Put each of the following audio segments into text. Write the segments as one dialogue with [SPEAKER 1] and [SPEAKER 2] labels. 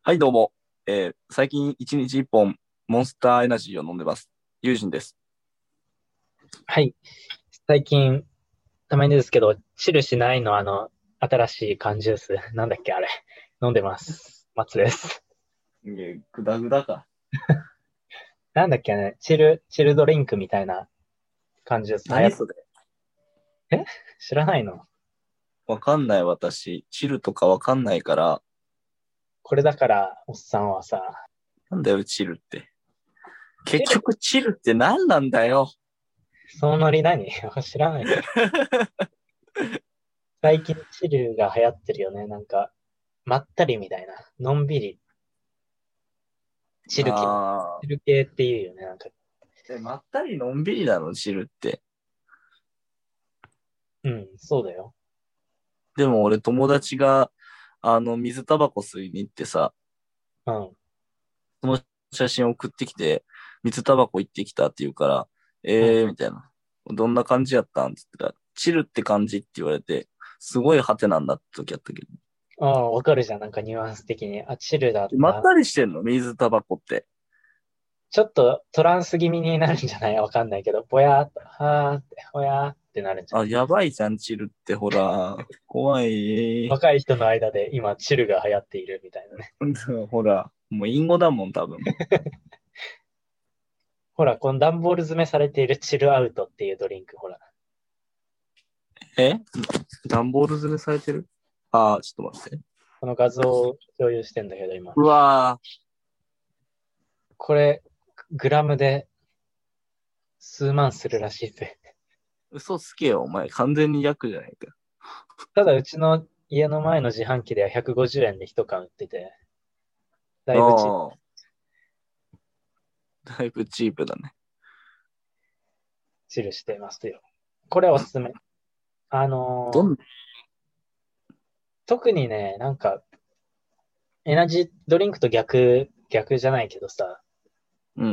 [SPEAKER 1] はい、どうも。最近1日1本モンスターエナジーを飲んでます。友人です。
[SPEAKER 2] はい。最近、たまにですけど、チルしないの新しい缶ジュース。なんだっけ、あれ。飲んでます。松です。
[SPEAKER 1] グダグダか。
[SPEAKER 2] なんだっけね、チルドリンクみたいな缶ジュース流行っ、
[SPEAKER 1] 何それ？
[SPEAKER 2] え知らないの？
[SPEAKER 1] わかんない私。チルとかわかんないから、
[SPEAKER 2] これだから、おっさんはさ、
[SPEAKER 1] なんだよ、チルって。結
[SPEAKER 2] チル、
[SPEAKER 1] 局チルって何なんだよ。
[SPEAKER 2] そのノリ何知らないの？最近チルが流行ってるよね。なんか、まったりみたいな。のんびり、チル系。
[SPEAKER 1] あ
[SPEAKER 2] チル系っていうよね。なんか、
[SPEAKER 1] まったりのんびりなの、チルって。
[SPEAKER 2] うん、そうだよ。
[SPEAKER 1] でも俺友達が、水タバコ吸いに行ってさ、
[SPEAKER 2] うん。
[SPEAKER 1] その写真送ってきて、水タバコ行ってきたって言うから、
[SPEAKER 2] うん。
[SPEAKER 1] みたいな。どんな感じやったんって言ったら、チルって感じって言われて、すごいハテなんだって時あったけど。
[SPEAKER 2] ああ、わかるじゃん。なんかニュアンス的に。あ、チルだった。
[SPEAKER 1] まったりしてんの水タバコって。
[SPEAKER 2] ちょっとトランス気味になるんじゃない？わかんないけど、ぼやーっと、はーって、ほやーってなるんじゃな
[SPEAKER 1] あ、
[SPEAKER 2] い？
[SPEAKER 1] やばいじゃん、チルってほら。怖い。
[SPEAKER 2] 若い人の間で今、チルが流行っているみたいなね。
[SPEAKER 1] ほら、もう隠語だもん、多分。
[SPEAKER 2] ほら、この段ボール詰めされているチルアウトっていうドリンク、ほら。
[SPEAKER 1] え段ボール詰めされてる？あー、ちょっと待って。
[SPEAKER 2] この画像を共有してんだけど、今。
[SPEAKER 1] うわ
[SPEAKER 2] これ、グラムで数万するらしいぜ。
[SPEAKER 1] ー、嘘つけよ、お前。完全に役じゃないか。
[SPEAKER 2] ただ、うちの家の前の自販機では150円で1缶売ってて、だ
[SPEAKER 1] あ
[SPEAKER 2] いぶ
[SPEAKER 1] あ、だいぶチープだね。
[SPEAKER 2] チルしてますよ。これおすすめ。あのー
[SPEAKER 1] どん、
[SPEAKER 2] 特にね、なんか、エナジードリンクと逆じゃないけどさ、
[SPEAKER 1] うん。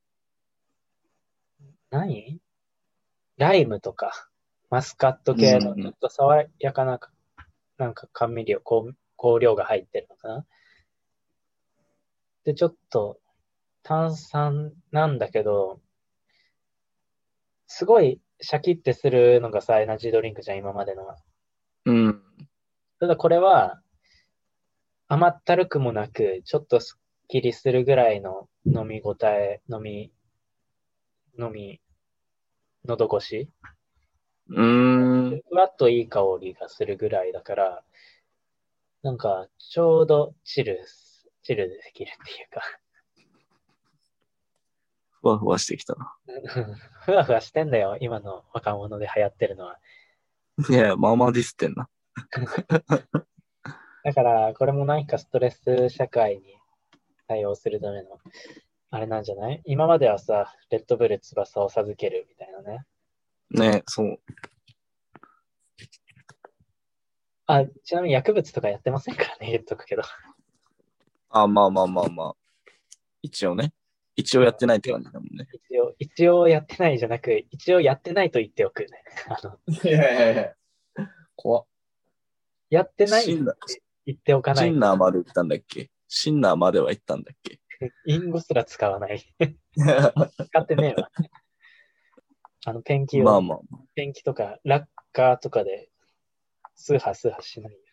[SPEAKER 2] 何ライムとか、マスカット
[SPEAKER 1] う
[SPEAKER 2] 系のちょっ
[SPEAKER 1] ん。
[SPEAKER 2] と爽やかな、なんか甘味料、香料が入ってるのかな。で、ちょっと炭酸なんだけど、すごいシャキってするのがさ、エナジードリンクじゃん、今までのは。
[SPEAKER 1] うん。
[SPEAKER 2] ただこれは甘ったるくもなく、ちょっとスッキリするぐらいの飲み応え、飲み、喉越し。
[SPEAKER 1] うーん。
[SPEAKER 2] ふわっといい香りがするぐらいだから、なんか、ちょうどチルでできるっていうか、
[SPEAKER 1] ふわふわしてきたな。
[SPEAKER 2] ふわふわしてんだよ、今の若者で流行ってるのは。
[SPEAKER 1] いや、まあまあディスってんな。
[SPEAKER 2] だから、これも何かストレス社会に対応するための、あれなんじゃない？今まではさ、レッドブル翼を授けるみたいなね。
[SPEAKER 1] ね、そう。
[SPEAKER 2] あ、ちなみに薬物とかやってませんからね、言っとくけど。
[SPEAKER 1] あ、まあまあまあまあ。一応ね。一応やってないって感じだもんね。
[SPEAKER 2] 一応やってないじゃなく、一応やってないと言っておくね。
[SPEAKER 1] いやいやいや。怖っ。
[SPEAKER 2] やってないっ
[SPEAKER 1] シンナー、
[SPEAKER 2] て言っておかないと、
[SPEAKER 1] シンナーまで行ったんだっけ？シンナーまでは行ったんだっけ？
[SPEAKER 2] 隠語すら使わない。使ってねえわ。
[SPEAKER 1] まあまあ。
[SPEAKER 2] ペンキとか、ラッカーとかで、スーハーしないよ。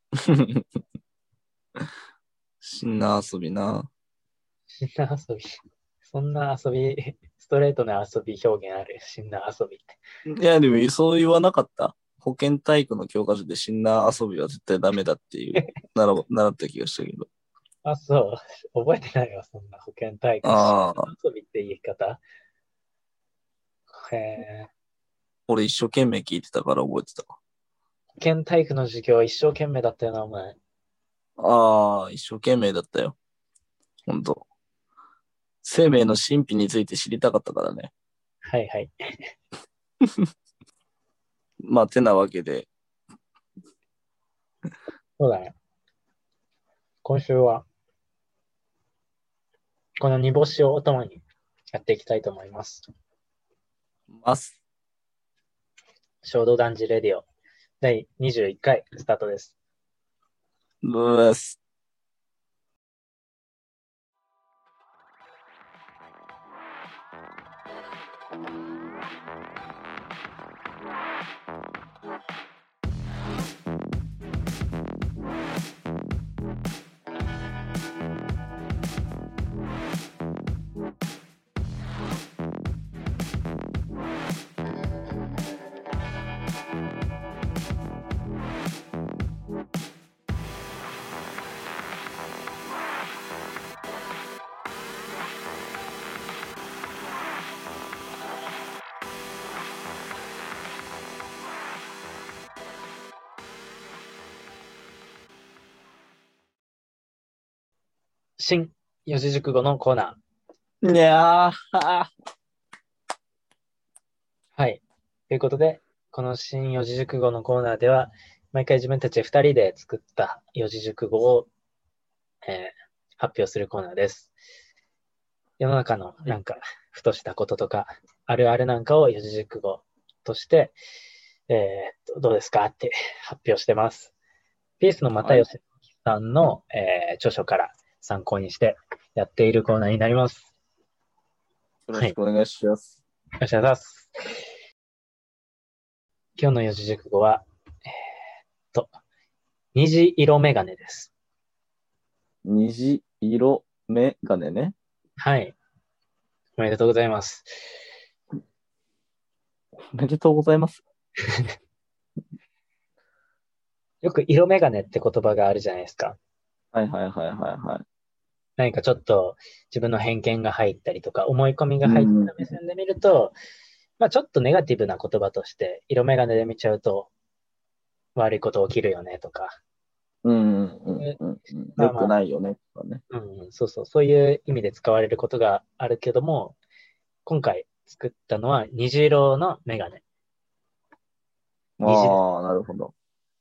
[SPEAKER 1] シンナー遊びな。
[SPEAKER 2] 死んだ遊び。そんな遊び、ストレートな遊び表現ある？死んだ遊びって。
[SPEAKER 1] いや、でもそう言わなかった。保健体育の教科書でシンナー遊びは絶対ダメだっていう、習った気がしたけど。
[SPEAKER 2] あ、そう。覚えてないわ、そんな保健体育。死ん
[SPEAKER 1] ああ、
[SPEAKER 2] だ遊びって言い方。へえ。
[SPEAKER 1] 俺一生懸命聞いてたから覚えてた
[SPEAKER 2] 保健体育の授業一生懸命だったよな、お前。
[SPEAKER 1] わ。ああ、一生懸命だったよ。ほんと。生命の神秘について知りたかったからね。
[SPEAKER 2] はいはい。
[SPEAKER 1] まあ、てなわけで、
[SPEAKER 2] そうだね。今週は、この煮干しをお供にやっていきたいと思います。
[SPEAKER 1] ます。
[SPEAKER 2] 衝動男児レディオ第21回スタートです。
[SPEAKER 1] ブース。
[SPEAKER 2] 新四字熟語のコーナ
[SPEAKER 1] いやー、
[SPEAKER 2] ー。はい。ということで、この新四字熟語のコーナーでは、毎回自分たち二人で作った四字熟語を、発表するコーナーです。世の中のなんか、ふとしたこととか、あるあるなんかを四字熟語として、どうですかって発表してます。ピースの又吉さんの、著書から参考にしてやっているコーナーになります。
[SPEAKER 1] よろしくお願いします。
[SPEAKER 2] よろしくお願いします。今日の四字熟語は、虹色メガネです。
[SPEAKER 1] 虹色メガネね。
[SPEAKER 2] はい。おめでとうございます。
[SPEAKER 1] おめでとうございます。
[SPEAKER 2] よく色メガネって言葉があるじゃないですか。
[SPEAKER 1] はいはいはいはいはい。
[SPEAKER 2] 何かちょっと自分の偏見が入ったりとか、思い込みが入った目線で見ると、まあちょっとネガティブな言葉として、色メガネで見ちゃうと悪いこと起きるよねとか。
[SPEAKER 1] よくないよねとかね。
[SPEAKER 2] そうそう、そういう意味で使われることがあるけども、今回作ったのは虹色のメガネ。虹です。
[SPEAKER 1] ああ、なるほど。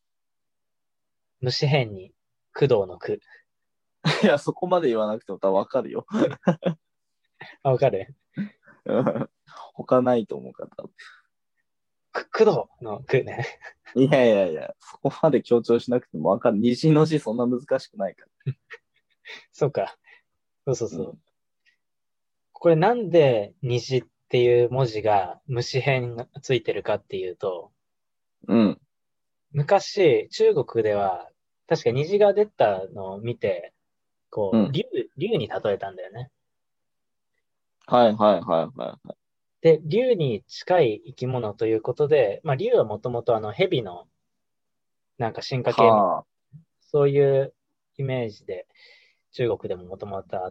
[SPEAKER 2] 虫編に工藤の工。
[SPEAKER 1] いや、そこまで言わなくても多分わかるよ。
[SPEAKER 2] あ、わかる？
[SPEAKER 1] 他ないと思うから。
[SPEAKER 2] 工藤の工ね。
[SPEAKER 1] いやいやいや、そこまで強調しなくてもわかる。虹の字そんな難しくないか
[SPEAKER 2] そうか。そうそう
[SPEAKER 1] ら。
[SPEAKER 2] そう。これなんで虹っていう文字が虫編がついてるかっていうと、
[SPEAKER 1] うん。
[SPEAKER 2] 昔中国では確か虹が出たのを見て、こう、
[SPEAKER 1] うん。
[SPEAKER 2] 竜に例えたんだよね。
[SPEAKER 1] はいはいはいはい。
[SPEAKER 2] で、竜に近い生き物ということで、まあ竜はもともと蛇のなんか進化系、
[SPEAKER 1] はあ。
[SPEAKER 2] そういうイメージで中国でももともとあって、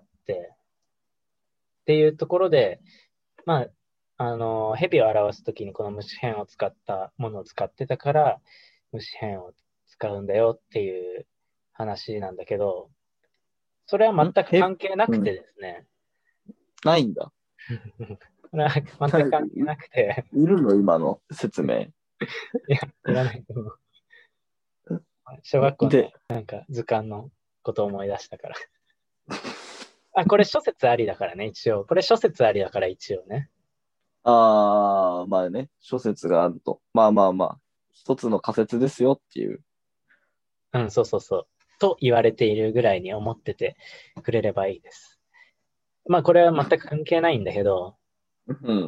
[SPEAKER 2] っていうところで、まあ、蛇を表すときにこの虫編を使ったものを使ってたから、虫編を使うんだよっていう話なんだけど、それは全く関係なくてですね。
[SPEAKER 1] ないんだ。
[SPEAKER 2] これは全く関係なくて。
[SPEAKER 1] いるの今の説明。
[SPEAKER 2] いや、いらないと思う。小学校のなんか図鑑のことを思い出したから。あ、これ諸説ありだからね、一応。これ諸説ありだから一応ね。
[SPEAKER 1] ああ、まあね、諸説があると。まあまあまあ、一つの仮説ですよっていう。
[SPEAKER 2] うん、そうそうそう。と言われているぐらいに思っててくれればいいです。まあこれは全く関係ないんだけど、
[SPEAKER 1] うん。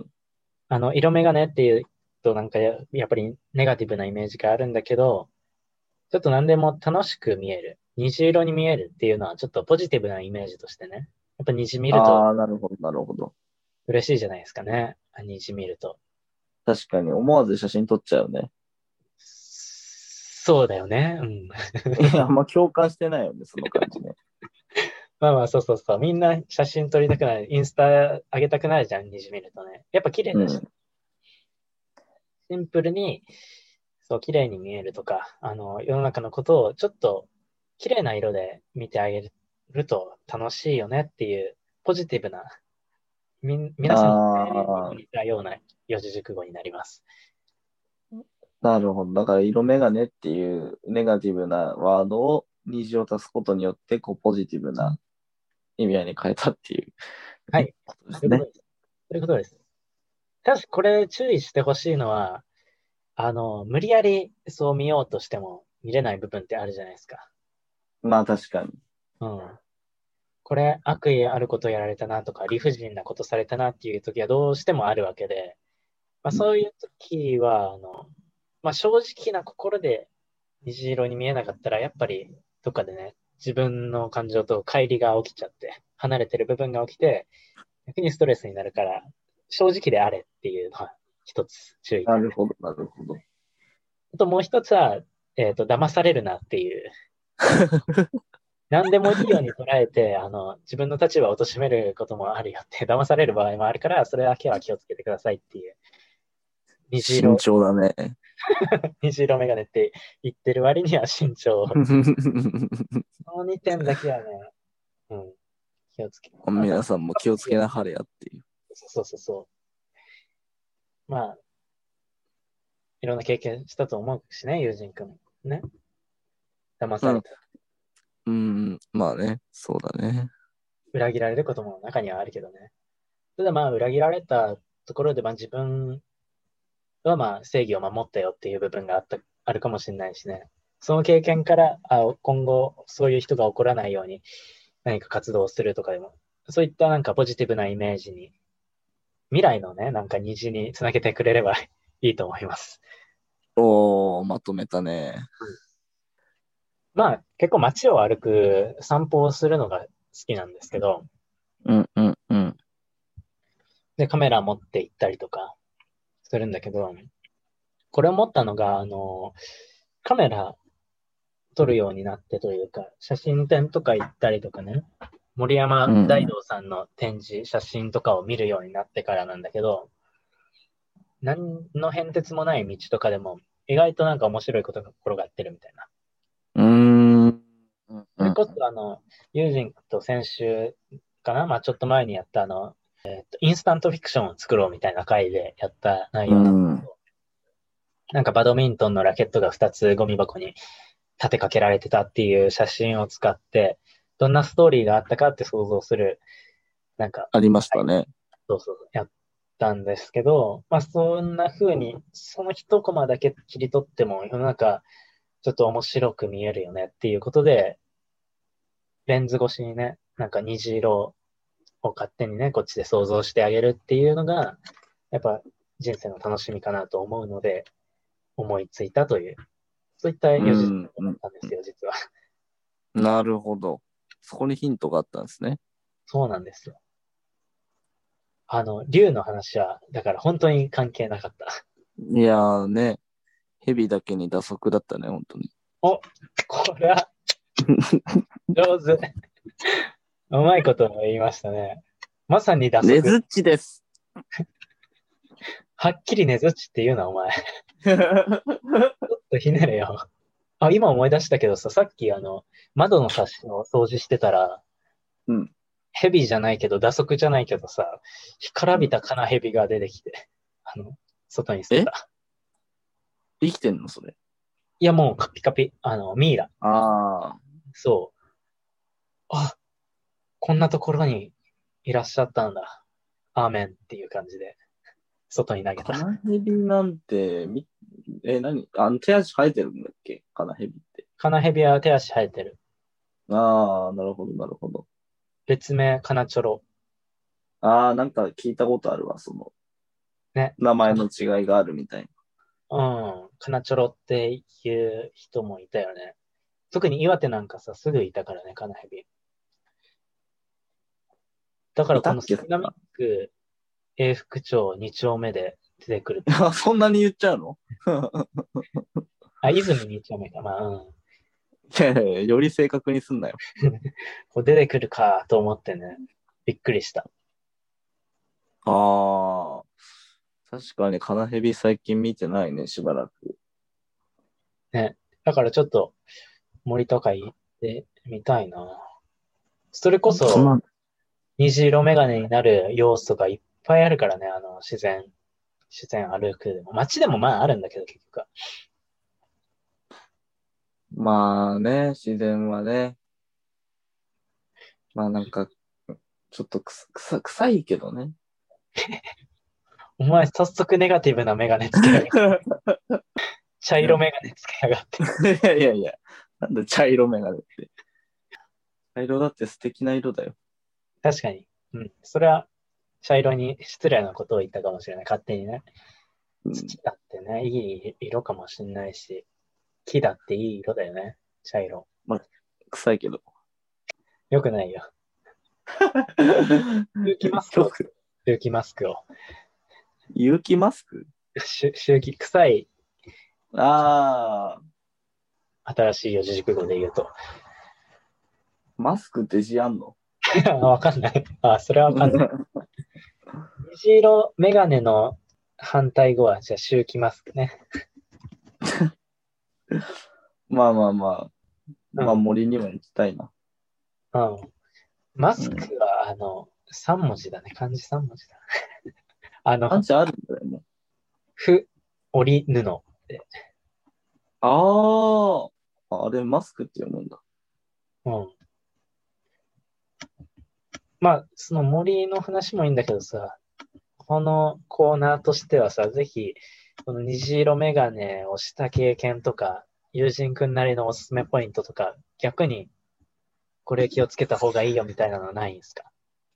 [SPEAKER 2] 色眼鏡っていうとなんかやっぱりネガティブなイメージがあるんだけど、ちょっと何でも楽しく見える。虹色に見えるっていうのはちょっとポジティブなイメージとしてね。やっぱ虹見ると
[SPEAKER 1] ああ、なるほど、なるほど。
[SPEAKER 2] 嬉しいじゃないですかね。虹見ると。
[SPEAKER 1] 確かに思わず写真撮っちゃうね。
[SPEAKER 2] そうだよね。うん。
[SPEAKER 1] いや、あんま共感してないよね、その感じね。
[SPEAKER 2] まあまあ、そうそうそう。みんな写真撮りたくなる。インスタ上げたくなるじゃん、虹見るとね。やっぱ綺麗だし。
[SPEAKER 1] うん。
[SPEAKER 2] シンプルに、そう、綺麗に見えるとか、世の中のことをちょっと綺麗な色で見てあげると楽しいよねっていう、ポジティブな、皆さんの声にも
[SPEAKER 1] ああ、
[SPEAKER 2] 似たような四字熟語になります。
[SPEAKER 1] なるほど。だから色眼鏡っていうネガティブなワードを虹を足すことによって、こう、ポジティブな意味合いに変えたっていう
[SPEAKER 2] はい。
[SPEAKER 1] ことですね。
[SPEAKER 2] そういうことです。ただし、これ注意してほしいのは、無理やりそう見ようとしても見れない部分ってあるじゃないですか。
[SPEAKER 1] まあ確かに。
[SPEAKER 2] うん。これ悪意あることやられたなとか、理不尽なことされたなっていう時はどうしてもあるわけで、まあそういう時は、まあ正直な心で虹色に見えなかったら、やっぱりどっかでね、自分の感情と乖離が起きちゃって、離れてる部分が起きて、逆にストレスになるから、正直であれっていうのは一つ注意点ね。
[SPEAKER 1] なるほど、なるほど。
[SPEAKER 2] あともう一つは、騙されるなっていう、何でもいいように捉えて、自分の立場を貶めることもあるよって、騙される場合もあるから、それだけは気をつけてくださいっていう、虹
[SPEAKER 1] 慎
[SPEAKER 2] 色、
[SPEAKER 1] 重だね。
[SPEAKER 2] 虹色メガネって言ってる割には慎重。この2点だけはね、うん。 気をつけ。
[SPEAKER 1] 皆さんも気をつけなはれやっていう。
[SPEAKER 2] そうそうそう。まあ、いろんな経験したと思うしね、友人くん。ね。騙された。
[SPEAKER 1] まあね、そうだね。
[SPEAKER 2] 裏切られることも中にはあるけどね。ただまあ、裏切られたところで、まあ自分はまあ正義を守ったよっていう部分があるかもしれないしね。その経験から、今後そういう人が起こらないように何か活動をするとかでも、そういったなんかポジティブなイメージに、未来のね、なんか虹につなげてくれればいいと思います。
[SPEAKER 1] まとめたね。
[SPEAKER 2] まあ、結構街を歩く、散歩をするのが好きなんですけど、
[SPEAKER 1] うんうんうん。
[SPEAKER 2] で、カメラ持って行ったりとかするんだけど、これを思ったのが、カメラ撮るようになってというか、写真展とか行ったりとかね、森山大道さんの展示、写真とかを見るようになってからなんだけど、何の変哲もない道とかでも、意外となんか面白いことが転がってるみたいな。それこそ友人と先週かな、まあちょっと前にやったインスタントフィクションを作ろうみたいな回でやった内容なんだけど、なんかバドミントンのラケットが2つゴミ箱に立てかけられてたっていう写真を使って、どんなストーリーがあったかって想像する、なんか、
[SPEAKER 1] ありましたね。
[SPEAKER 2] そうそう、やったんですけど、まあそんな風に、その一コマだけ切り取っても世の中ちょっと面白く見えるよねっていうことで、レンズ越しにね、なんか虹色を勝手にね、こっちで想像してあげるっていうのが、やっぱ人生の楽しみかなと思うので、思いついたという、そういった四字熟語だったんですよ、実は。
[SPEAKER 1] なるほど。そこにヒントがあったんですね。
[SPEAKER 2] そうなんですよ。竜の話は、だから本当に関係なかった。
[SPEAKER 1] いやーね、蛇だけに打足だったね、本当に。
[SPEAKER 2] お、これは上手。うまいことも言いましたね。まさに打足。
[SPEAKER 1] ねずっちです。
[SPEAKER 2] はっきりねずっちって言うな、お前。ちょっとひねれよ。今思い出したけどさ、さっき窓のサッシの掃除してたら、
[SPEAKER 1] うん。
[SPEAKER 2] ヘビじゃないけど、打足じゃないけどさ、干からびたカナヘビが出てきて、外に捨てた。
[SPEAKER 1] 生きてんのそれ。
[SPEAKER 2] いや、もうカピカピ。ミイラ。
[SPEAKER 1] ああ。
[SPEAKER 2] そう。あ、こんなところにいらっしゃったんだ。アーメンっていう感じで、外に投げ
[SPEAKER 1] カ
[SPEAKER 2] た。
[SPEAKER 1] ナヘビなんて、何手足生えてるんだっけカナヘビって。
[SPEAKER 2] カナヘビは手足生えてる。
[SPEAKER 1] ああ、なるほど、なるほど。
[SPEAKER 2] 別名、カナチョロ。
[SPEAKER 1] ああ、なんか聞いたことあるわ、
[SPEAKER 2] ね。
[SPEAKER 1] 名前の違いがあるみたい
[SPEAKER 2] うん。カナチョロっていう人もいたよね。特に岩手なんかさ、すぐいたからね、カナヘビ。だか
[SPEAKER 1] な。
[SPEAKER 2] らこ
[SPEAKER 1] いたっけ
[SPEAKER 2] の杉並区永福町2丁目で出てくる。
[SPEAKER 1] そんなに言っちゃうの
[SPEAKER 2] 泉2丁目か。まあ、うん。
[SPEAKER 1] いやいやいやより正確にすんなよ。
[SPEAKER 2] こう出てくるかと思ってね、びっくりした。
[SPEAKER 1] ああ、確かにカナヘビ最近見てないね、しばらく。
[SPEAKER 2] ね。だからちょっと森とか行ってみたいな。それこそ、虹色メガネになる要素がいっぱいあるからね、自然歩くでも。街でもまああるんだけど、結局は。
[SPEAKER 1] まあね、自然はね。まあなんか、ちょっと臭いけどね。
[SPEAKER 2] お前、早速ネガティブなメガネつけやがって。茶色メガネつけやがって。
[SPEAKER 1] いやいやいや、なんだ茶色メガネって。茶色だって素敵な色だよ。
[SPEAKER 2] 確かに。うん。それは、茶色に失礼なことを言ったかもしれない。勝手にね。土だってね、いい色かもしれないし、木だっていい色だよね。茶色。
[SPEAKER 1] まあ、臭いけど。
[SPEAKER 2] よくないよ。周期マスクを。周期マスクを。
[SPEAKER 1] 有機マスク
[SPEAKER 2] 周期、臭い。
[SPEAKER 1] あ
[SPEAKER 2] あ。新しい四字熟語で言うと。
[SPEAKER 1] マスクって字あんの
[SPEAKER 2] わかんない。それはわかんない。虹色メガネの反対語は、じゃあ周期マスクね。
[SPEAKER 1] まあまあまあ。まあ森には行きたいな。
[SPEAKER 2] うん。 マスクは、3文字だね。漢字3文字だ。
[SPEAKER 1] 漢字あるんだよね。
[SPEAKER 2] 織布で。
[SPEAKER 1] ああ、あれマスクって読むんだ。
[SPEAKER 2] うん。まあ、その森の話もいいんだけどさ、このコーナーとしてはさ、ぜひ、この虹色メガネをした経験とか、友人くんなりのおすすめポイントとか、逆にこれ気をつけた方がいいよみたいなのはないんですか？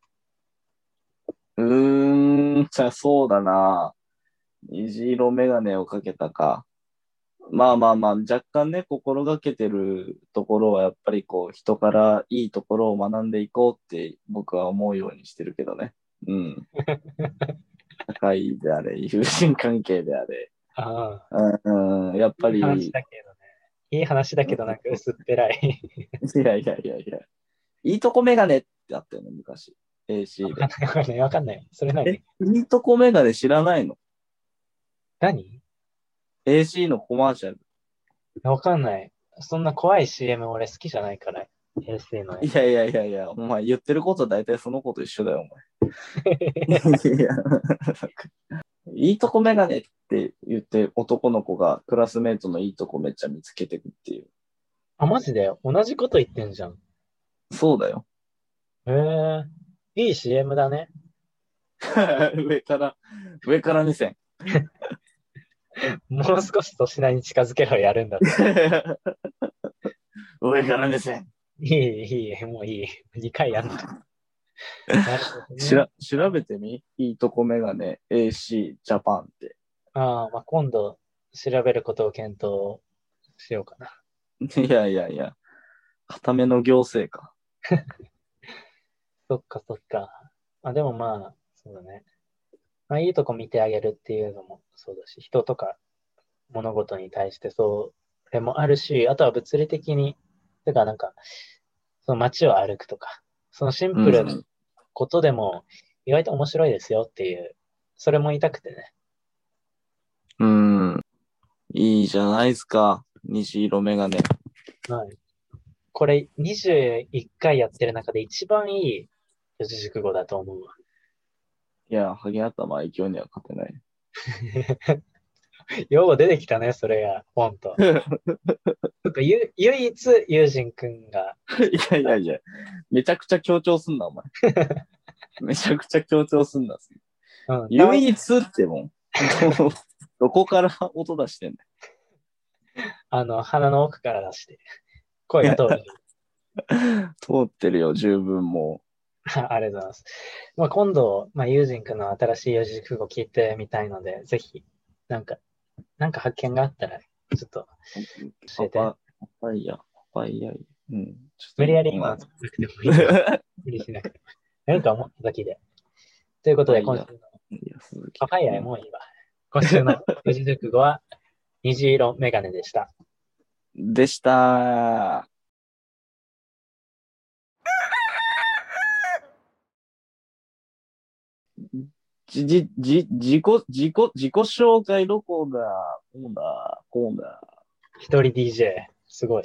[SPEAKER 1] じゃあそうだな。虹色メガネをかけたか。まあまあまあ、若干ね、心がけてるところは、やっぱりこう、人からいいところを学んでいこうって僕は思うようにしてるけどね。うん。社会であれ、友人関係であれ。
[SPEAKER 2] ああ、
[SPEAKER 1] やっぱ
[SPEAKER 2] いい話
[SPEAKER 1] り、
[SPEAKER 2] だけどね。いい話だけどなんか薄っぺらい。
[SPEAKER 1] いやいやいやいや、いいとこメガネってあったよね、昔。AC で。
[SPEAKER 2] わかんない、わかんない、わかんない。それ何？
[SPEAKER 1] いいとこメガネ知らないの？
[SPEAKER 2] 何？
[SPEAKER 1] AC のコマーシャル。
[SPEAKER 2] わかんない。そんな怖い CM 俺好きじゃないから。平成のや
[SPEAKER 1] いやいやいやいや、お前言ってることは大体その子と一緒だよ、お前。
[SPEAKER 2] つ。
[SPEAKER 1] いやいいとこメガネって言って男の子がクラスメートのいいとこめっちゃ見つけてくっていう。
[SPEAKER 2] あ、マジで同じこと言ってんじゃん。
[SPEAKER 1] そうだよ。
[SPEAKER 2] へえ、いい CM だね。
[SPEAKER 1] 上から目線。
[SPEAKER 2] もう少し粗品に近づけろやるんだって。
[SPEAKER 1] 上から目線。
[SPEAKER 2] いい、いい、もういい。2回やんな。なるほどね。
[SPEAKER 1] 調べてみいいとこメガネ AC ジャパンって。
[SPEAKER 2] ああ、まあ、今度調べることを検討しようかな。
[SPEAKER 1] いやいやいや、固めの行政か。
[SPEAKER 2] そっかそっか。あ、でもまあ、そうだね。まあ、いいとこ見てあげるっていうのもそうだし、人とか物事に対してそれもあるし、あとは物理的に、てかなんか、その街を歩くとか、そのシン
[SPEAKER 1] う
[SPEAKER 2] プルなん
[SPEAKER 1] ん。
[SPEAKER 2] ことでも意外と面白いですよっていう、それも言いたくてね。
[SPEAKER 1] うん。いいじゃないですか。虹色メガネ。
[SPEAKER 2] はい。これ21回やってる中で一番いい四字熟語だと思うわ。
[SPEAKER 1] いや、ハゲ頭愛嬌には勝てない。
[SPEAKER 2] よう出てきたね、それが、ポンと。なんか唯一、友人くんが、
[SPEAKER 1] いやいやいや、めちゃくちゃ強調すんな、お前。めちゃくちゃ強調すんな。
[SPEAKER 2] うん、
[SPEAKER 1] 唯一ってもん。どこから音出してん
[SPEAKER 2] 鼻の奥から出して、声が通る。
[SPEAKER 1] の？通ってるよ、十分も
[SPEAKER 2] ありがとうございます。まあ、今度、まあ、友人くんの新しい四字熟語聞いてみたいので、ぜひ、なんか、なんか発見があったら、ちょっと
[SPEAKER 1] う。
[SPEAKER 2] 教えて。
[SPEAKER 1] パパイヤ、パパイヤ。うん。
[SPEAKER 2] 無理やり
[SPEAKER 1] まあ
[SPEAKER 2] 今、なくてもいいから無理しなくても。何か思っただけで。ということで、今週のパパイヤもういいわ。今週の四字熟語は、虹色メガネでした。
[SPEAKER 1] でした。自己紹介のコーナー、コーナー。
[SPEAKER 2] 一人 DJ。すごい。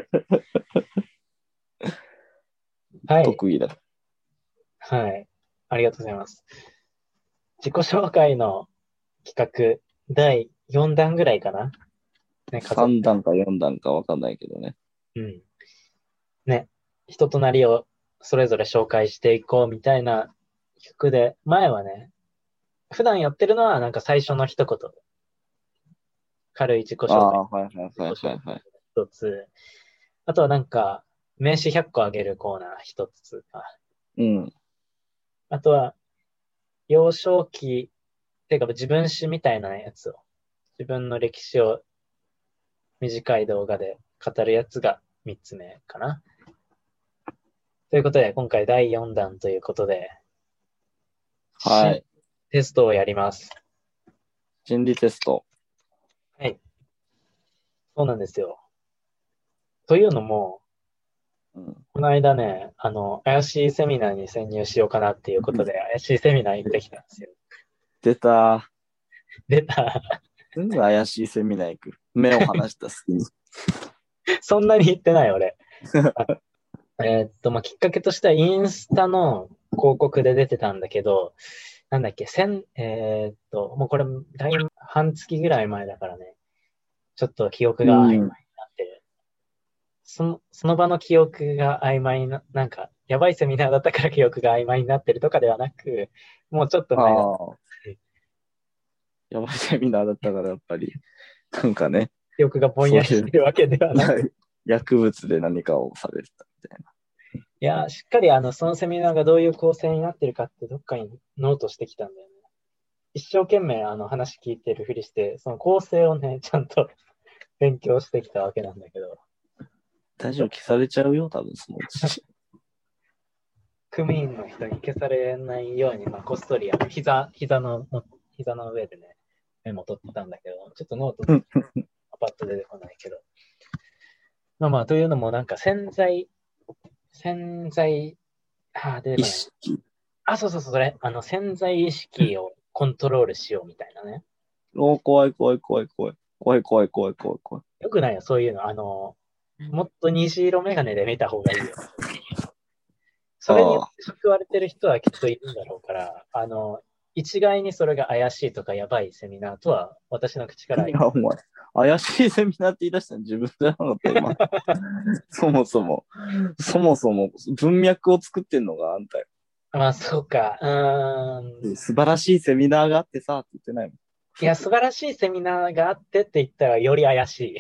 [SPEAKER 2] はい。
[SPEAKER 1] 得意だ。
[SPEAKER 2] はい。ありがとうございます。自己紹介の企画、第4弾ぐらいかなね、
[SPEAKER 1] 3段か4段かわかんないけどね。
[SPEAKER 2] うん。ね、人となりをそれぞれ紹介していこうみたいな曲で、前はね、普段やってるのはなんか最初の一言。軽い自己紹介。
[SPEAKER 1] はいはい。
[SPEAKER 2] 一つ。あとはなんか、名詞100個あげるコーナー一つか。
[SPEAKER 1] うん。
[SPEAKER 2] あとは、幼少期、てか自分史みたいなやつを、自分の歴史を短い動画で語るやつが3つ目かな。ということで、今回第4弾ということで、
[SPEAKER 1] はい。
[SPEAKER 2] テストをやります。
[SPEAKER 1] 心理テスト。
[SPEAKER 2] はい。そうなんですよ。というのも、この間ね、怪しいセミナーに潜入しようかなっていうことで、怪しいセミナー行ってきたんですよ。
[SPEAKER 1] 出た。
[SPEAKER 2] 出た。
[SPEAKER 1] 全部怪しいセミナー行く。目を離した隙に。
[SPEAKER 2] そんなに行ってない、俺。 まあ、きっかけとしてはインスタの広告で出てたんだけど、なんだっけ、もうこれ、だいぶ半月ぐらい前だからね、ちょっと記憶が曖昧になってる。その場の記憶が曖昧な、なんか、やばいセミナーだったから記憶が曖昧になってるとかではなく、もうちょっと前だった。
[SPEAKER 1] ああ、やばいセミナーだったからやっぱり、なんかね、
[SPEAKER 2] 記憶がぼんやりし
[SPEAKER 1] そういう
[SPEAKER 2] てるわけではなく。
[SPEAKER 1] 薬物で何かをされてたみたいな。
[SPEAKER 2] いや、しっかりそのセミナーがどういう構成になってるかってどっかにノートしてきたんだよね。一生懸命話聞いてるふりして、その構成をね、ちゃんと勉強してきたわけなんだけど、
[SPEAKER 1] 大丈夫、消されちゃうよ、多分そのうち。
[SPEAKER 2] 組員の人に消されないように、まあ、こっそり膝の上でね、メモ取ってたんだけど、ちょっとノートパッと出てこないけど。まあまあ、というのもなんか潜在、出てこない。
[SPEAKER 1] 意識。
[SPEAKER 2] そうそうそう、それ。潜在意識をコントロールしようみたいなね。
[SPEAKER 1] おー、怖い怖い怖い怖い。怖い怖い怖い怖い怖い。
[SPEAKER 2] よくないよ、そういうの。もっと虹色メガネで見た方がいいよ。それによ
[SPEAKER 1] あ
[SPEAKER 2] って救われてる人はきっといるんだろうから、一概にそれが怪しいとかやばいセミナーとは私の口か
[SPEAKER 1] あ。
[SPEAKER 2] ら
[SPEAKER 1] いや、お前、怪しいセミナーって言い出したの自分じゃなかった、今。そもそも文脈を作ってんのがあんたよ。
[SPEAKER 2] まあ、そうか。
[SPEAKER 1] 素晴らしいセミナーがあってさ、って言ってないもん。
[SPEAKER 2] いや、素晴らしいセミナーがあってって言ったらより怪しい。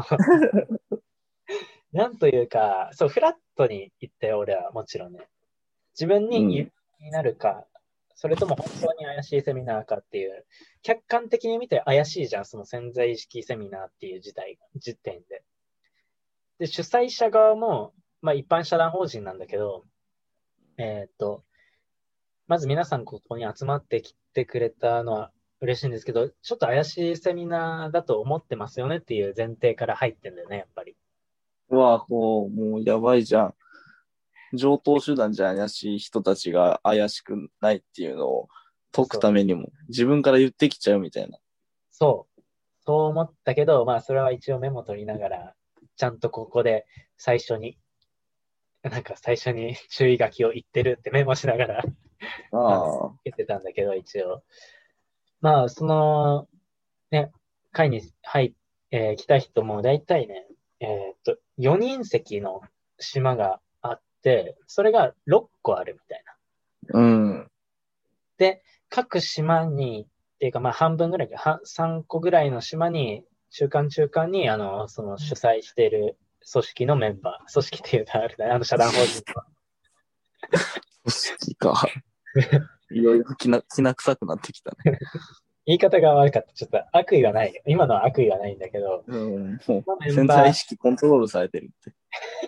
[SPEAKER 2] なんというか、そう、フラットに言って俺はもちろんね。自分に有利になるか、それとも本当に怪しいセミナーかっていう、客観的に見て怪しいじゃん、その潜在意識セミナーっていう時点で。で、主催者側も、まあ一般社団法人なんだけど、えーっと、まず皆さんここに集まってきてくれたのは嬉しいんですけど、ちょっと怪しいセミナーだと思ってますよねっていう前提から入ってんだよね、やっぱり。
[SPEAKER 1] うわ、もうやばいじゃん。上等手段じゃ怪しい人たちが怪しくないっていうのを解くためにも、自分から言ってきちゃうみたいな。
[SPEAKER 2] そう。そう思ったけど、まあそれは一応メモ取りながら、ちゃんとここで最初に、最初に注意書きを言ってるってメモしながら
[SPEAKER 1] ああ。
[SPEAKER 2] 言ってたんだけど、一応。まあ、その、ね、会に来た人も大体ね、4人席の島があって、それが6個あるみたいな。
[SPEAKER 1] うん。
[SPEAKER 2] で、各島に、っていうかまあ半分ぐらいか、3個ぐらいの島に、中間に、その主催している組織のメンバー、組織っていうとあれだね、社団法人の。
[SPEAKER 1] 組織か。いろいろきな臭くなってきたね。
[SPEAKER 2] 言い方が悪かった。ちょっと悪意はない。今のは悪意はないんだけど、
[SPEAKER 1] うん、もう
[SPEAKER 2] メン
[SPEAKER 1] 潜在意
[SPEAKER 2] バー
[SPEAKER 1] 識コントロールされてるって。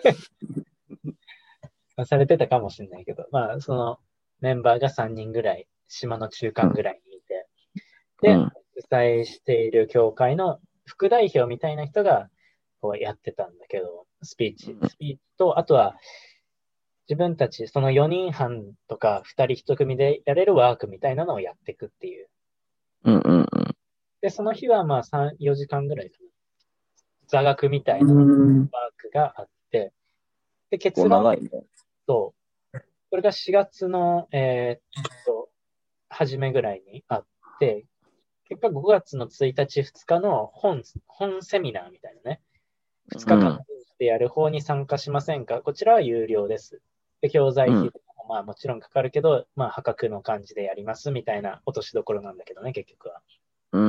[SPEAKER 2] されてたかもしれないけど、まあ、そのメンバーが3人ぐらい、島の中間ぐらいにいて、で、主催している協会の副代表みたいな人がこうやってたんだけど、スピーチと、あとは自分たち、その4人半とか2人1組でやれるワークみたいなのをやっていくっていう。
[SPEAKER 1] うんうんうん。
[SPEAKER 2] で、その日はまあ3、4時間ぐらいかな。座学みたいなワークがあって、で、結論
[SPEAKER 1] 長いね。
[SPEAKER 2] と、それが4月の、初めぐらいにあって、結果5月の1日、2日の本セミナーみたいなね、2日間でやる方に参加しませんか、こちらは有料です。で、教材費もまあもちろんかかるけど、まあ破格の感じでやりますみたいな落としどころなんだけどね、結局は。
[SPEAKER 1] うん。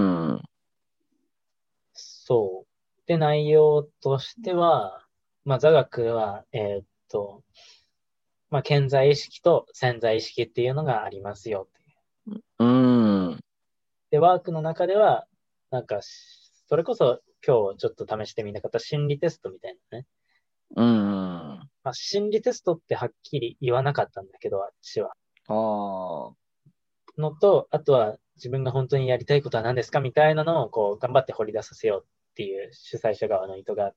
[SPEAKER 2] そう。で、内容としては、まあ座学は、まあ潜在意識と潜在意識っていうのがありますよっていう。
[SPEAKER 1] うん。
[SPEAKER 2] で、ワークの中では、それこそ今日ちょっと試してみたかった心理テストみたいなね。
[SPEAKER 1] うん。
[SPEAKER 2] まあ、心理テストってはっきり言わなかったんだけど、私は。
[SPEAKER 1] ああ。
[SPEAKER 2] のと、あとは自分が本当にやりたいことは何ですかみたいなのをこう頑張って掘り出させようっていう主催者側の意図があって、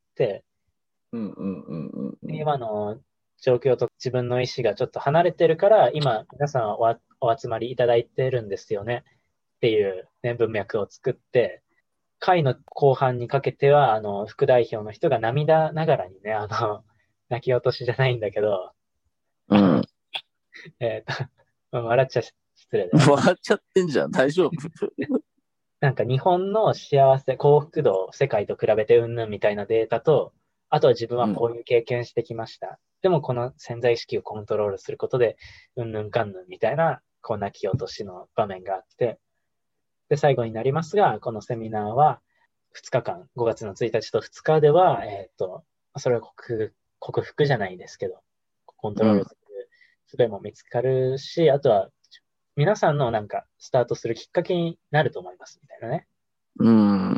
[SPEAKER 1] うんうんうんうんうん。
[SPEAKER 2] 今の状況と自分の意思がちょっと離れてるから、今皆さんはお集まりいただいてるんですよねっていうね、文脈を作って、会の後半にかけては、副代表の人が涙ながらにね、 泣き落としじゃないんだけど、
[SPEAKER 1] うん。
[SPEAKER 2] 笑っちゃ失礼だよ。
[SPEAKER 1] 笑っちゃってんじゃん。大丈夫？
[SPEAKER 2] なんか日本の幸せ、幸福度、世界と比べてうんぬんみたいなデータと、あとは自分は
[SPEAKER 1] うん。
[SPEAKER 2] こういう経験してきました。でもこの潜在意識をコントロールすることで、うんぬんかんぬんみたいな、こう泣き落としの場面があって、で、最後になりますが、このセミナーは2日間、5月の1日と2日では、それは克服じゃないですけど、コント
[SPEAKER 1] うん。
[SPEAKER 2] ロールする術も見つかるし、あとは皆さんのなんかスタートするきっかけになると思いますみたいなね。
[SPEAKER 1] うん。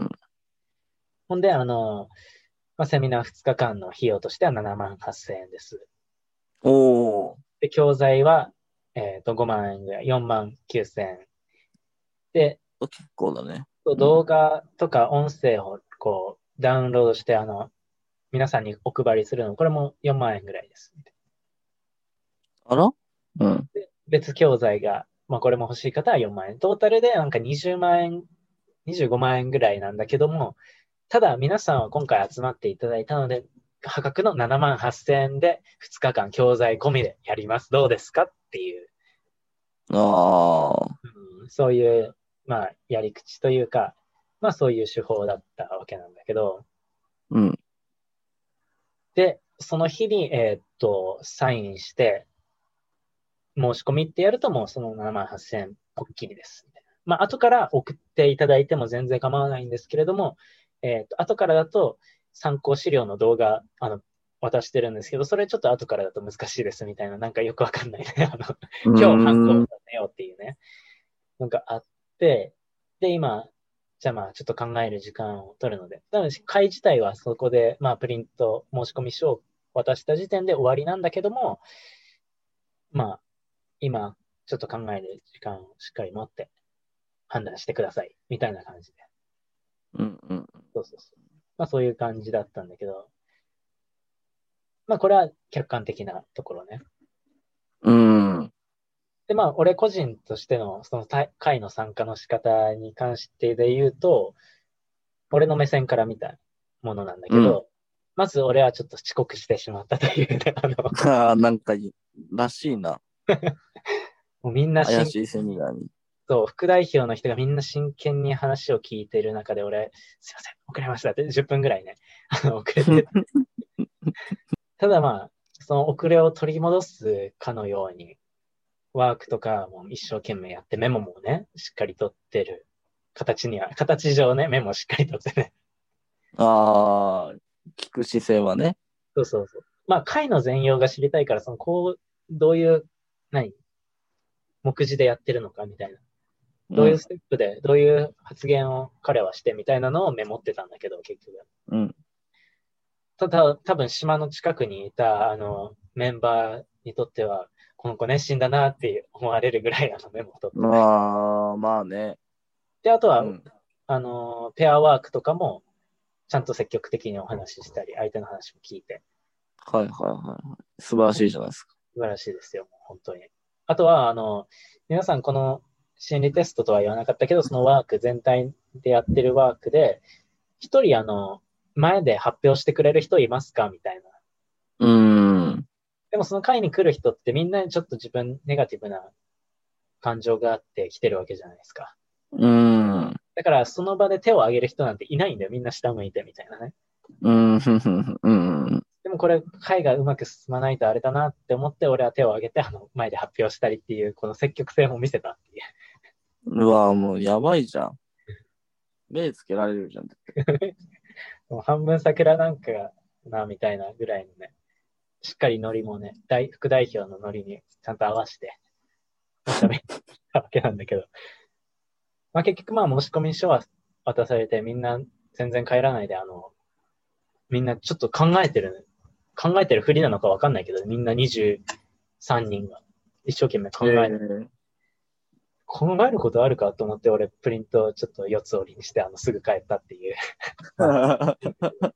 [SPEAKER 2] ほんで、セミナー2日間の費用としては7万8000円です。
[SPEAKER 1] おー。
[SPEAKER 2] で、教材は、5万円ぐらい、4万9000円。で、
[SPEAKER 1] 結構だね。うん。
[SPEAKER 2] 動画とか音声をこうダウンロードして、皆さんにお配りするの、これも4万円ぐらいです。
[SPEAKER 1] あら。うん。
[SPEAKER 2] で、別教材が、まあこれも欲しい方は4万円。トータルでなんか20万円、25万円ぐらいなんだけども、ただ皆さんは今回集まっていただいたので、破格の7万8000円で2日間教材込みでやります。どうですかっていう、
[SPEAKER 1] ああ。
[SPEAKER 2] そういう、まあ、やり口というか、まあそういう手法だったわけなんだけど、
[SPEAKER 1] うん。
[SPEAKER 2] で、その日に、サインして、申し込みってやるともうその7万8000円ぽっきりです。まあ、後から送っていただいても全然構わないんですけれども、後からだと参考資料の動画、渡してるんですけど、それちょっと後からだと難しいですみたいな、なんかよくわかんないね。
[SPEAKER 1] う
[SPEAKER 2] 今日ハンコを
[SPEAKER 1] ーん。
[SPEAKER 2] 出せよっていうね、なんかあって、で、今、じゃあまあちょっと考える時間を取るので、なので会自体はそこで、まあプリント申し込み書を渡した時点で終わりなんだけども、まあ今ちょっと考える時間をしっかり持って判断してください。みたいな感じで。
[SPEAKER 1] うんうん。
[SPEAKER 2] そうそうそう。まあそういう感じだったんだけど、まあこれは客観的なところね。
[SPEAKER 1] うん。
[SPEAKER 2] でまあ俺個人としてのその会の参加の仕方に関してで言うと、俺の目線から見たものなんだ
[SPEAKER 1] うん。
[SPEAKER 2] けど、まず俺はちょっと遅刻してしまったというね、
[SPEAKER 1] ああ、なんからしいな。
[SPEAKER 2] もうみんな
[SPEAKER 1] 怪しいセミナーに。
[SPEAKER 2] そう、副代表の人がみんな真剣に話を聞いている中で俺、すいません、遅れましたって10分ぐらいね、遅れて、ただまあ、その遅れを取り戻すかのように、ワークとかも一生懸命やってメモもね、しっかり取ってる形には、形上ね、メモしっかり取ってね。
[SPEAKER 1] ああ、聞く姿勢はね。
[SPEAKER 2] そうそうそう。まあ、会の全容が知りたいから、どういう、何、目次でやってるのかみたいな。どういう
[SPEAKER 1] うん。
[SPEAKER 2] ステップで、どういう発言を彼はしてみたいなのをメモってたんだけど、結局。
[SPEAKER 1] うん。
[SPEAKER 2] ただ、多分島の近くにいた、メンバーにとっては、この子熱心だなって思われるぐらいメモを取ってた。
[SPEAKER 1] まあ、まあね。
[SPEAKER 2] で、あとは、
[SPEAKER 1] うん。
[SPEAKER 2] ペアワークとかも、ちゃんと積極的にお話ししたり、相手の話も聞いて、
[SPEAKER 1] はいはいはい。素晴らしいじゃないですか。
[SPEAKER 2] 素晴らしいですよ、もう本当に。あとは、皆さんこの心理テストとは言わなかったけど、そのワーク全体でやってるワークで、一人前で発表してくれる人いますかみたいな。
[SPEAKER 1] うーん。
[SPEAKER 2] でもその会に来る人ってみんなちょっと自分ネガティブな感情があって来てるわけじゃないですか。
[SPEAKER 1] うーん。
[SPEAKER 2] だからその場で手を挙げる人なんていないんだよ。みんな下向いてみたいなね。
[SPEAKER 1] うーん。ふんふんふんうん。
[SPEAKER 2] でもこれ会がうまく進まないとあれだなって思って俺は手を挙げて前で発表したりっていうこの積極性も見せたっていう。
[SPEAKER 1] うわ、もうやばいじゃん。目つけられるじゃん。
[SPEAKER 2] もう半分桜なんかなみたいなぐらいのね、しっかりノリもね、副代表のノリにちゃんと合わせて喋ったわけなんだけど。まあ結局まあ申し込み書は渡されてみんな全然帰らないでみんなちょっと考えてるふりなのかわかんないけど、みんな23人が一生懸命
[SPEAKER 1] え
[SPEAKER 2] 考えることあるかと思って俺プリントちょっと四つ折りにしてすぐ帰ったっていう。まあ、
[SPEAKER 1] ー、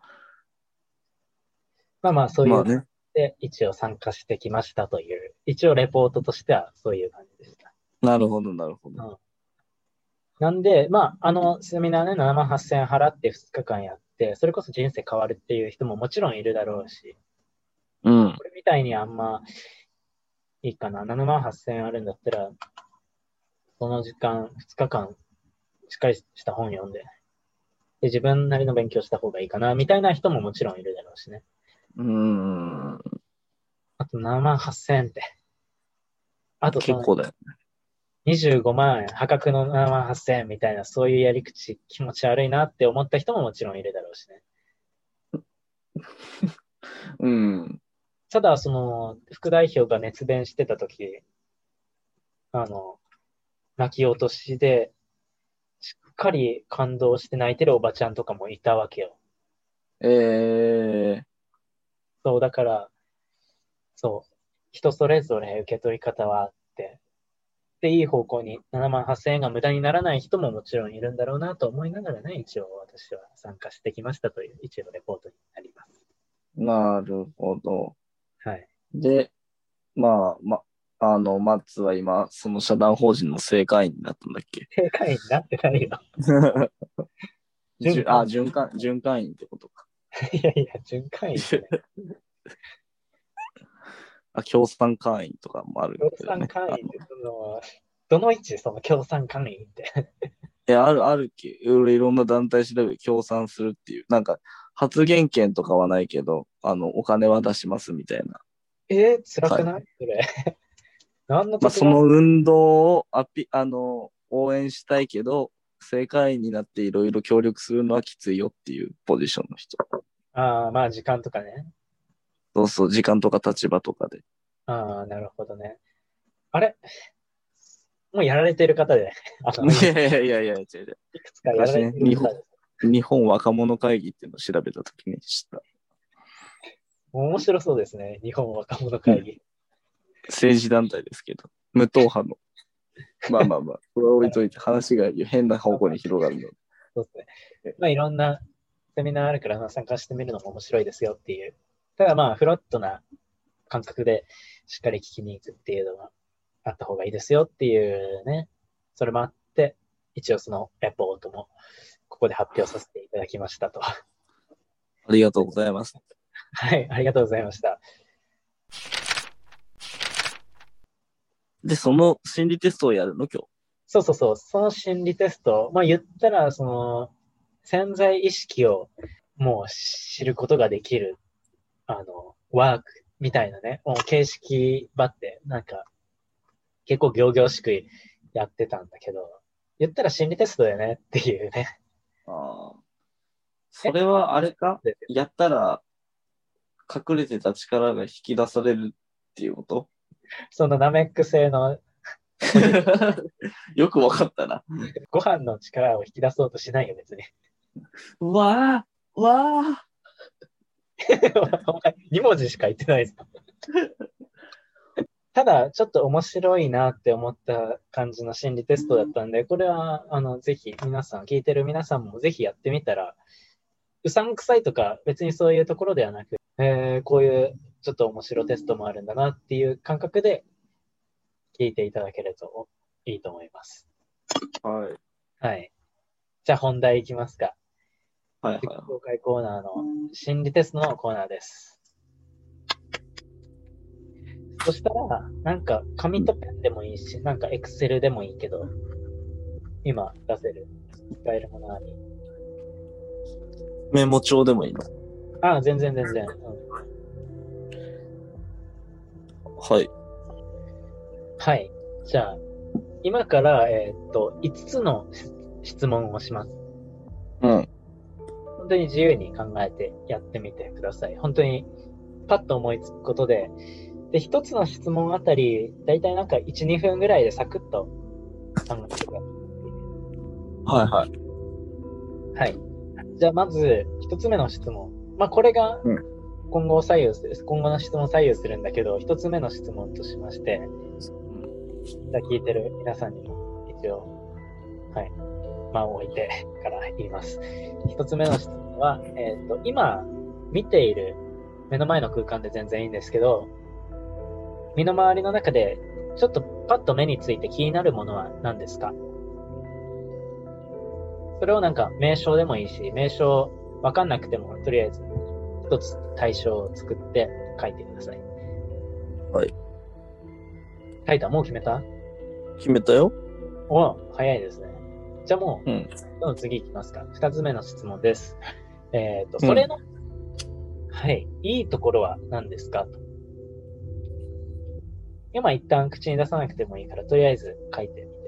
[SPEAKER 2] まあまあそういう
[SPEAKER 1] まあね。
[SPEAKER 2] で一応参加してきましたという、一応レポートとしてはそういう感じでした。
[SPEAKER 1] なるほど、なるほど。
[SPEAKER 2] うん、なんで、まあ、セミナーね、7万8000円払って2日間やって、それこそ人生変わるっていう人ももちろんいるだろうし、
[SPEAKER 1] うん。
[SPEAKER 2] これみたいにあんまいいかな。7万8000円あるんだったら、その時間、2日間、しっかりした本読んで、で、自分なりの勉強した方がいいかな、みたいな人ももちろんいるだろうしね。
[SPEAKER 1] うーん。
[SPEAKER 2] あと7万8000円って。あとその
[SPEAKER 1] 結構だよ。
[SPEAKER 2] 25万円、破格の7万8000円みたいな、そういうやり口気持ち悪いなって思った人ももちろんいるだろうしね。
[SPEAKER 1] うん。
[SPEAKER 2] ただ、その、副代表が熱弁してた時、あの、泣き落としで、しっかり感動して泣いてるおばちゃんとかもいたわけよ。
[SPEAKER 1] え
[SPEAKER 2] そう、だから、そう、人それぞれ受け取り方はあって、で、いい方向に7万8000円が無駄にならない人ももちろんいるんだろうなと思いながらね、一応私は参加してきましたという一応レポートになります。
[SPEAKER 1] なるほど。
[SPEAKER 2] はい。
[SPEAKER 1] で、マッツは今、その社団法人の正会員になったんだっけ？
[SPEAKER 2] 正解になってないよ。循環。
[SPEAKER 1] 循環員ってことか。
[SPEAKER 2] いやいや、循環員じゃない。
[SPEAKER 1] 協賛会員とかもある
[SPEAKER 2] 協
[SPEAKER 1] けどね。
[SPEAKER 2] 賛会員ってどの位置その協賛会員って。
[SPEAKER 1] いや、あるっけ。俺いろんな団体調べて協賛するっていう。なんか、発言権とかはないけど、お金は出しますみたいな。
[SPEAKER 2] 辛くないそれ。何の得
[SPEAKER 1] その運動を応援したいけど、正会員になっていろいろ協力するのはきついよっていうポジションの人。
[SPEAKER 2] ああ、まあ時間とかね。
[SPEAKER 1] そうそう、時間とか立場とかで。
[SPEAKER 2] ああ、なるほどね。あれもうやられてる方で。
[SPEAKER 1] いやいやいや、違う違う。
[SPEAKER 2] いくつかやられてる方で。
[SPEAKER 1] 日本若者会議っていうのを調べたときに知った。
[SPEAKER 2] 面白そうですね。日本若者会議。
[SPEAKER 1] 政治団体ですけど、無党派の。これは置いといて話が変な方向に広がるの。
[SPEAKER 2] そうですね。いろんなセミナーあるから参加してみるのも面白いですよっていう。ただフラットな感覚でしっかり聞きに行くっていうのがあった方がいいですよっていうね。それもあって、一応そのレポートもここで発表させていただきましたと。
[SPEAKER 1] ありがとうございます。
[SPEAKER 2] はい、ありがとうございました。
[SPEAKER 1] で、その心理テストをやるの今日。
[SPEAKER 2] そう。その心理テスト、言ったら、潜在意識をもう知ることができる、ワークみたいなね、もう形式ばって、結構仰々しくやってたんだけど、言ったら心理テストだよねっていうね。
[SPEAKER 1] ああ。それはあれか？やったら隠れてた力が引き出されるっていうこと？
[SPEAKER 2] そのナメック星の
[SPEAKER 1] よくわかったな。
[SPEAKER 2] ご飯の力を引き出そうとしないよ、別に。
[SPEAKER 1] わー
[SPEAKER 2] お前、2文字しか言ってないぞ。ただ、ちょっと面白いなって思った感じの心理テストだったんで、これは、ぜひ聞いてる皆さんもぜひやってみたら、うさんくさいとか、別にそういうところではなく、こういうちょっと面白テストもあるんだなっていう感覚で聞いていただけるといいと思います。
[SPEAKER 1] はい。
[SPEAKER 2] はい。じゃあ本題いきますか。
[SPEAKER 1] はい。
[SPEAKER 2] 公開コーナーの心理テストのコーナーです。そしたら、紙とペンでもいいし、エクセルでもいいけど、今出せる、使えるものあり。
[SPEAKER 1] メモ帳でもいいの？
[SPEAKER 2] 全然。
[SPEAKER 1] はい。
[SPEAKER 2] はい。じゃあ、今から、5つの質問をします。
[SPEAKER 1] うん。
[SPEAKER 2] 本当に自由に考えてやってみてください。本当に、パッと思いつくことで、1つの質問あたり、だいたい1、2分ぐらいでサクッと考えてください。
[SPEAKER 1] はい。
[SPEAKER 2] はい。じゃあ、まず、1つ目の質問。これが、今後の質問を左右するんだけど、1つ目の質問としまして、じゃあ聞いてる皆さんにも一応、間を置いてから言います。1つ目の質問は、今見ている目の前の空間で全然いいんですけど、身の回りの中でちょっとパッと目について気になるものは何ですか？それを名称でもいいし、名称わかんなくてもとりあえず一つ対象を作って書いてください。
[SPEAKER 1] はい。
[SPEAKER 2] 書いた？もう決めた？
[SPEAKER 1] 決めたよ。
[SPEAKER 2] お、早いですね。じゃあもう、
[SPEAKER 1] うん。
[SPEAKER 2] どんどん次行きますか。二つ目の質問です。それの、はい、いいところは何ですかと。今一旦口に出さなくてもいいから、とりあえず書いてみて。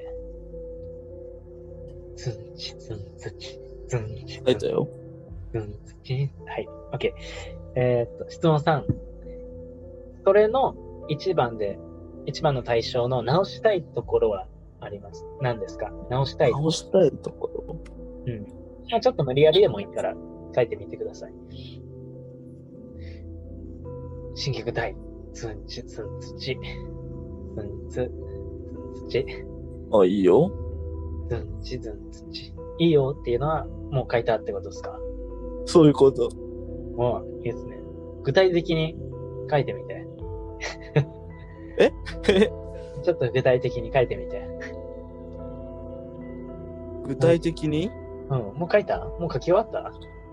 [SPEAKER 2] ズンチズンズチ、ズンチ
[SPEAKER 1] 書いたよ。
[SPEAKER 2] ズンズチ。はい、OK。質問3。それの一番の対象の直したいところはあります。何ですか？直したいところ。
[SPEAKER 1] 直したいところ。
[SPEAKER 2] うん。まあ、ちょっと無理やりでもいいから書いてみてください。新曲大。ツンチツンツチ。ツンツ、ツンツチ。
[SPEAKER 1] あ、いいよ。
[SPEAKER 2] ツンチツンツチ。いいよっていうのはもう書いたってことですか？
[SPEAKER 1] そういうこと。
[SPEAKER 2] もう、いいですね。具体的に書いてみて。
[SPEAKER 1] え
[SPEAKER 2] ちょっと具体的に書いてみて。
[SPEAKER 1] 具体的に？
[SPEAKER 2] うん。もう書いた？もう書き終わった？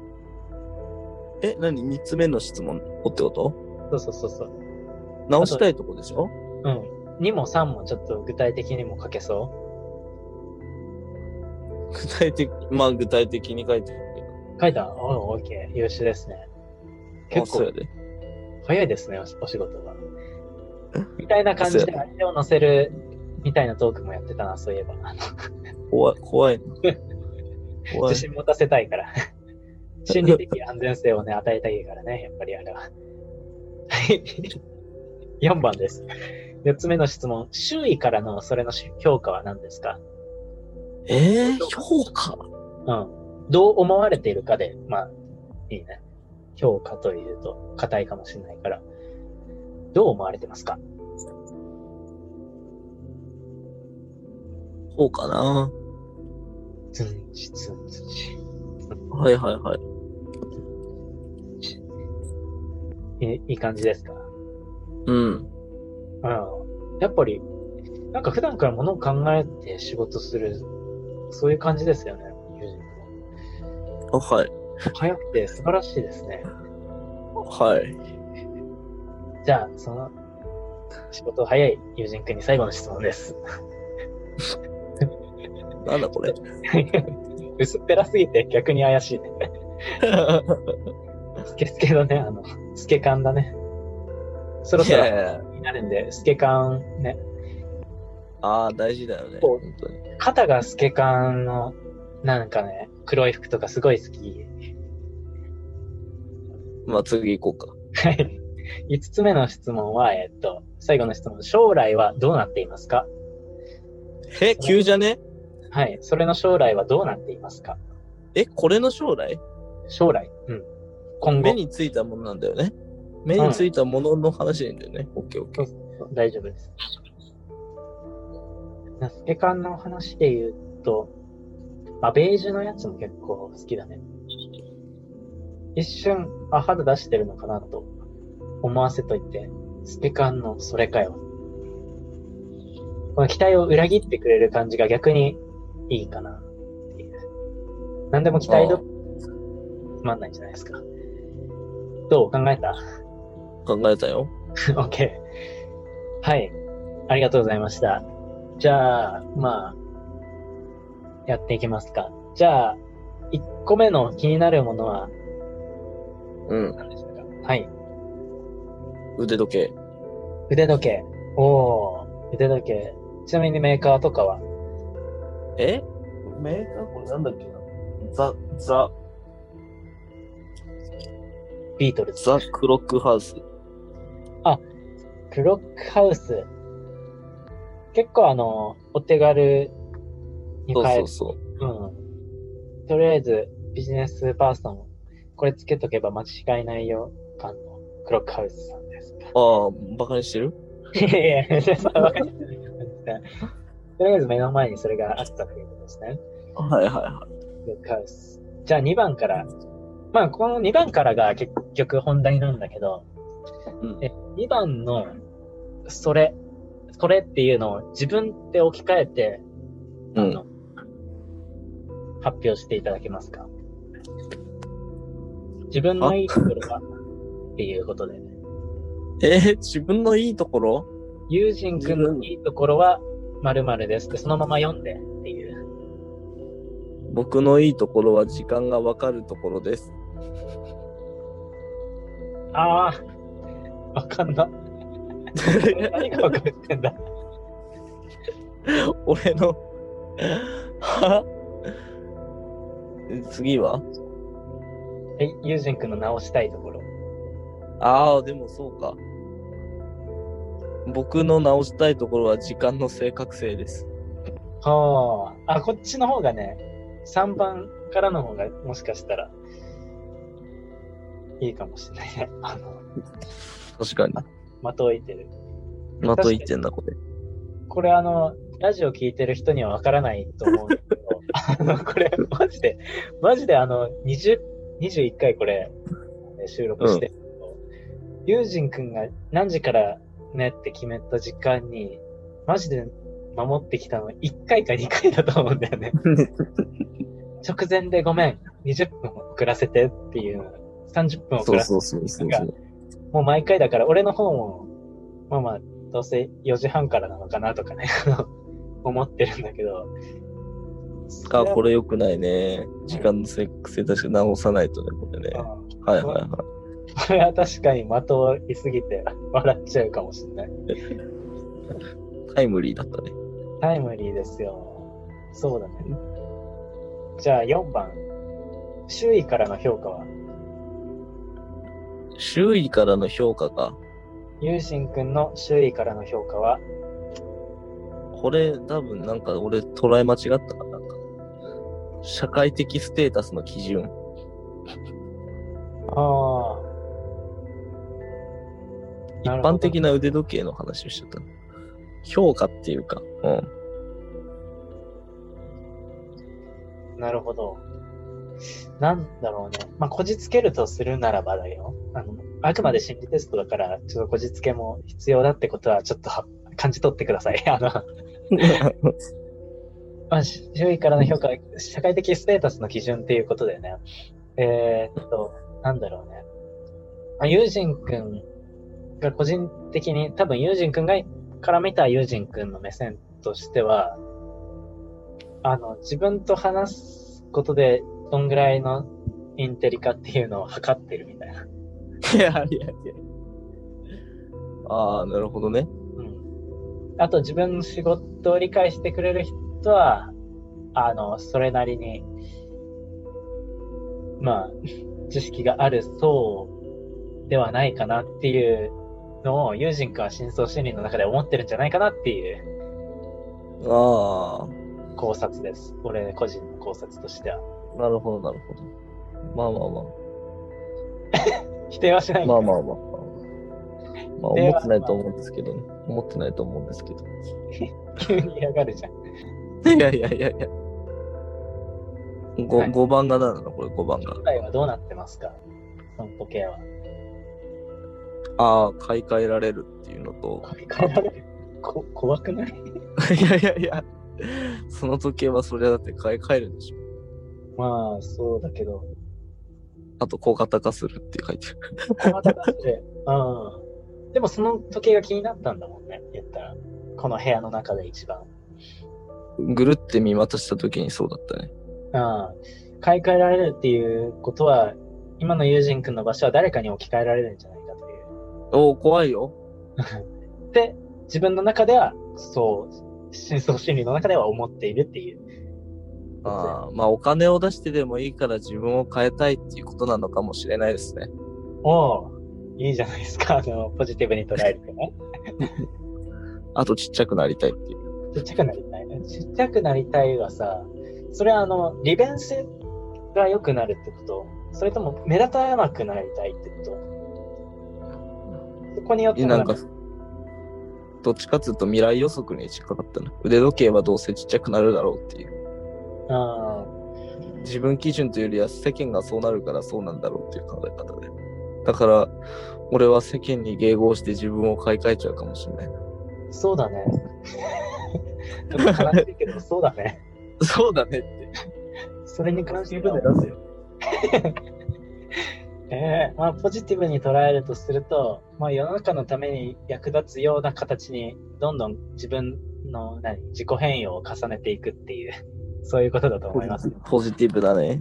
[SPEAKER 1] 何？ 3 つ目の質問をってこと？
[SPEAKER 2] そう。
[SPEAKER 1] 直したいとこでしょ？
[SPEAKER 2] うん。2も3もちょっと具体的にも書けそ
[SPEAKER 1] 具体的、まあ具体的に書いてる
[SPEAKER 2] う？書いた？オッケー。優秀ですね。
[SPEAKER 1] けど。
[SPEAKER 2] 結構
[SPEAKER 1] そうやで。
[SPEAKER 2] 早いですね、お仕事が。みたいな感じで相手を乗せるみたいなトークもやってたな、そういえば。
[SPEAKER 1] 怖いな。
[SPEAKER 2] 自信持たせたいから。心理的安全性をね、与えたいからね、やっぱりあれは。はい。4番です。4つ目の質問。周囲からのそれの評価は何ですか？
[SPEAKER 1] 評価？
[SPEAKER 2] うん。どう思われているかで、まあ、いいね。評価というと、硬いかもしれないから。どう思われてますか？
[SPEAKER 1] そうかな。
[SPEAKER 2] ツンチツンツチ。
[SPEAKER 1] はい。
[SPEAKER 2] いい感じですか？
[SPEAKER 1] うん。
[SPEAKER 2] うん。やっぱり、なんか普段から物を考えて仕事する、そういう感じですよね、友人
[SPEAKER 1] あ、はい。
[SPEAKER 2] 早くて素晴らしいですね。
[SPEAKER 1] はい。
[SPEAKER 2] じゃあ、その、仕事早い友人くんに最後の質問です。
[SPEAKER 1] なんだこれ。
[SPEAKER 2] 薄っぺらすぎて逆に怪しいね。スケスケだね、スケカンだね。そろそろになるんで、スケカンね。
[SPEAKER 1] ああ、大事だよね。本当に。
[SPEAKER 2] 肩がスケカンの、なんかね、黒い服とかすごい好き。
[SPEAKER 1] まあ次行こうか。
[SPEAKER 2] はい。5つ目の質問は、最後の質問。将来はどうなっていますか？
[SPEAKER 1] 急じゃね？
[SPEAKER 2] はい。それの将来はどうなっていますか？
[SPEAKER 1] これの将来？
[SPEAKER 2] 将来。うん。今後。
[SPEAKER 1] 目についたものなんだよね。目についたものの話なんだよね。オッケー。
[SPEAKER 2] 大丈夫です。スケカンの話で言うと、ベージュのやつも結構好きだね。一瞬、肌出してるのかなと思わせといて、スケカンのそれかよ。この期待を裏切ってくれる感じが逆にいいかなっていう。何でも期待とつまんないんじゃないですか。どう考えた？
[SPEAKER 1] 考えたよ。
[SPEAKER 2] OK。はい。ありがとうございました。じゃあ、やっていきますか。じゃあ、1個目の気になるものは、何でしたか？はい。
[SPEAKER 1] 腕時計。
[SPEAKER 2] 腕時計。腕時計。ちなみにメーカーとかは？
[SPEAKER 1] メーカーこれなんだっけな？
[SPEAKER 2] ビートルズ。
[SPEAKER 1] ザ・クロックハウス。
[SPEAKER 2] クロックハウス。結構お手軽に買える。
[SPEAKER 1] そう。
[SPEAKER 2] とりあえず、ビジネスパーソン、これつけとけば間違いないよ、感のクロックハウスさんです。
[SPEAKER 1] バカにしてる？
[SPEAKER 2] いや、そうバカにしてない。とりあえず目の前にそれがあったということですね。
[SPEAKER 1] はい。
[SPEAKER 2] クロックハウス。じゃあ2番から。この2番からが結局本題なんだけど、2番のそれっていうのを自分で置き換えて、発表していただけますか？自分のいいところはっていうことでね。
[SPEAKER 1] 自分のいいところ？
[SPEAKER 2] 友人くんのいいところは〇〇ですってそのまま読んでっていう。
[SPEAKER 1] 僕のいいところは時間がわかるところです。
[SPEAKER 2] ああ、わかんな。何がわかってんだ。
[SPEAKER 1] 俺の次は
[SPEAKER 2] 友人くんの直したいところ。
[SPEAKER 1] ああ、でもそうか。僕の直したいところは時間の正確性です。
[SPEAKER 2] はあ。こっちの方がね、3番からの方がもしかしたらいいかもしれないね。
[SPEAKER 1] 確かに。
[SPEAKER 2] 的を置いてる。
[SPEAKER 1] 的いってんだ、これ。
[SPEAKER 2] これラジオ聞いてる人にはわからないと思うんだけど、これマジで21回これ収録してるけど、友人くんが何時からねって決めた時間に、マジで守ってきたの1回か2回だと思うんだよね。直前でごめん、20分遅らせてっていう、30分遅らせて。
[SPEAKER 1] そう。
[SPEAKER 2] もう毎回だから、俺の方も、まあ、どうせ4時半からなのかなとかね、思ってるんだけど。
[SPEAKER 1] これ良くないね。時間の正確性確か直さないとね、これね。はい。
[SPEAKER 2] これは確かに的を言いすぎて笑っちゃうかもしれない。
[SPEAKER 1] タイムリーだったね。
[SPEAKER 2] タイムリーですよ。そうだね。じゃあ4番。周囲からの評価は？
[SPEAKER 1] 周囲からの評価か。
[SPEAKER 2] 友人くんの周囲からの評価は？
[SPEAKER 1] これ多分なんか俺捉え間違ったかな。なんか社会的ステータスの基準。一般的な腕時計の話をしちゃった。評価っていうか。
[SPEAKER 2] なるほど。なんだろうね。こじつけるとするならばだよ。あくまで心理テストだから、ちょっとこじつけも必要だってことは、ちょっと感じ取ってください。周囲からの評価、社会的ステータスの基準っていうことだよね。なんだろうね。友人くんが個人的に、多分友人くんから見た友人くんの目線としては、自分と話すことで、どんぐらいのインテリかっていうのを測ってるみたいな。
[SPEAKER 1] いや。なるほどね。
[SPEAKER 2] あと自分の仕事を理解してくれる人は、それなりに、知識があるそうではないかなっていうのを、友人くんは深層心理の中で思ってるんじゃないかなっていう。考察です。俺個人の考察としては。
[SPEAKER 1] なるほど。
[SPEAKER 2] 否定はしないんだ。
[SPEAKER 1] 思ってないと思うんですけどね。思ってないと思うんですけど。
[SPEAKER 2] 急に嫌がるじゃん。
[SPEAKER 1] いや。5番が何なのこれ5番が。
[SPEAKER 2] 今回はどうなってますか？その時計は。
[SPEAKER 1] 買い替えられるっていうのと。
[SPEAKER 2] 買い替えられる？怖くない？
[SPEAKER 1] いや。その時計はそれだって買い替えるんでしょ。
[SPEAKER 2] そうだけど。
[SPEAKER 1] あと小型化するって書いてる。
[SPEAKER 2] 小型化する。でもその時計が気になったんだもんね。言ったら。この部屋の中で一番。
[SPEAKER 1] ぐるって見渡した時にそうだったね。
[SPEAKER 2] 買い替えられるっていうことは、今の友人くんの場所は誰かに置き換えられるんじゃないかという。
[SPEAKER 1] 怖いよ。
[SPEAKER 2] で、自分の中では、そう、深層心理の中では思っているっていう。
[SPEAKER 1] お金を出してでもいいから自分を変えたいっていうことなのかもしれないですね。
[SPEAKER 2] いいじゃないですか。ポジティブに捉えるとね。
[SPEAKER 1] あとちっちゃくなりたいっていう。
[SPEAKER 2] ちっちゃくなりたいね。ちっちゃくなりたいはさ、それは利便性が良くなるってこと？それとも目立たなくなりたいってこと？そこによって
[SPEAKER 1] なんか、どっちかっていうと未来予測に近かったな。腕時計はどうせちっちゃくなるだろうっていう。自分基準というよりは世間がそうなるからそうなんだろうっていう考え方で。だから、俺は世間に迎合して自分を買い替えちゃうかもしれないな。
[SPEAKER 2] そうだね。ちょっと悲しいけど、そうだね。
[SPEAKER 1] そうだねって。
[SPEAKER 2] それに関しては。
[SPEAKER 1] 出すよ。
[SPEAKER 2] まあ、ポジティブに捉えるとすると、まあ、世の中のために役立つような形に、どんどん自分の自己変容を重ねていくっていう、そういうことだと思います。
[SPEAKER 1] ポジティブだね。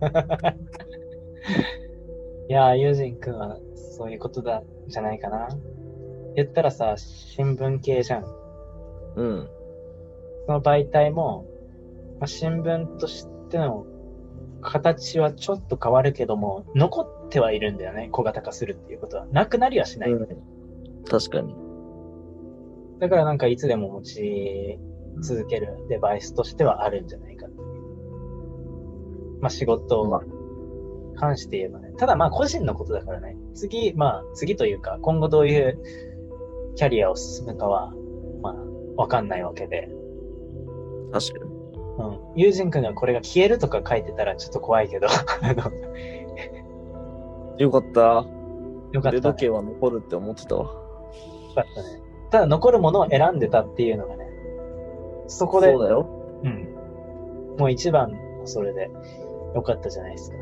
[SPEAKER 2] いやー、ユージン君はそういうことじゃないかな。言ったらさ、新聞系じゃん。
[SPEAKER 1] うん。
[SPEAKER 2] その媒体も、まあ、新聞としての形はちょっと変わるけども、残ってはいるんだよね。小型化するっていうことは。なくなりはしない。
[SPEAKER 1] 確かに。
[SPEAKER 2] だからなんかいつでも持ち続けるデバイスとしてはあるんじゃないかっていう。まあ仕事を関して言えばね。ただまあ個人のことだからね。次というか今後どういうキャリアを進むかは、まあわかんないわけで。
[SPEAKER 1] 確かに。
[SPEAKER 2] うん。友人君がこれが消えるとか書いてたらちょっと怖いけど。
[SPEAKER 1] よかった。
[SPEAKER 2] よかった、ね。
[SPEAKER 1] 腕時計は残るって思ってたわ。
[SPEAKER 2] よかったね。ただ残るものを選んでたっていうのがね。そこで。
[SPEAKER 1] そうだよ。
[SPEAKER 2] うん。もう一番それでよかったじゃないですか。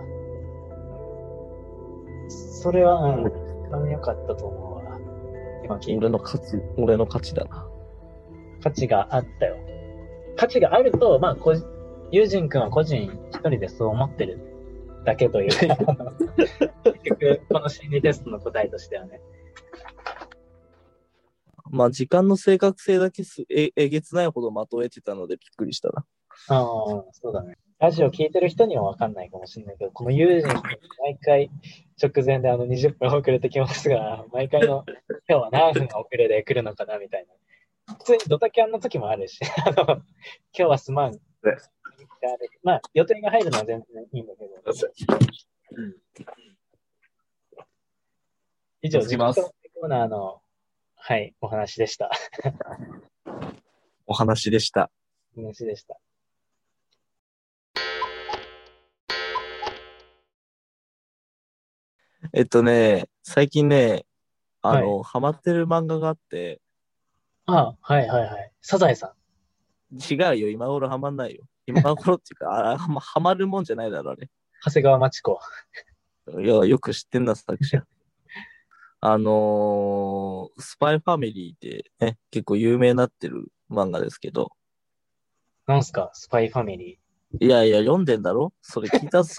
[SPEAKER 2] それは、一番良かったと思うわ。今聞いて。
[SPEAKER 1] 俺の勝ちだな。
[SPEAKER 2] 価値があったよ。価値があると、まあ、友人君は個人一人でそう思ってるだけというか、結局、この心理テストの答えとしてはね。
[SPEAKER 1] まあ、時間の正確性だけえげつないほどまとえてたのでびっくりしたな。
[SPEAKER 2] ああ、そうだね。ラジオ聞いてる人には分かんないかもしれないけど、この友人君、毎回直前で20分遅れてきますが、毎回の今日は何分遅れで来るのかなみたいな。普通にドタキャンの時もあるし、今日はすまん。まあ、予定が入るのは全然いいんだけど。うん、以上、自己紹介コーナーの、はい、お話でした。
[SPEAKER 1] お話でした。
[SPEAKER 2] お話でした。
[SPEAKER 1] 最近ね、
[SPEAKER 2] はい、
[SPEAKER 1] ハマってる漫画があって、
[SPEAKER 2] はいはいはい。サザエさん。
[SPEAKER 1] 違うよ、今頃ハマんないよ。今頃っていうか、ハマるもんじゃないだろ、あれ。
[SPEAKER 2] 長谷川町子。
[SPEAKER 1] いや、よく知ってんな、作者。スパイファミリーってね、結構有名になってる漫画ですけど。
[SPEAKER 2] なんすか、スパイファミリ
[SPEAKER 1] いやいや、読んでんだろそれ聞いたっす。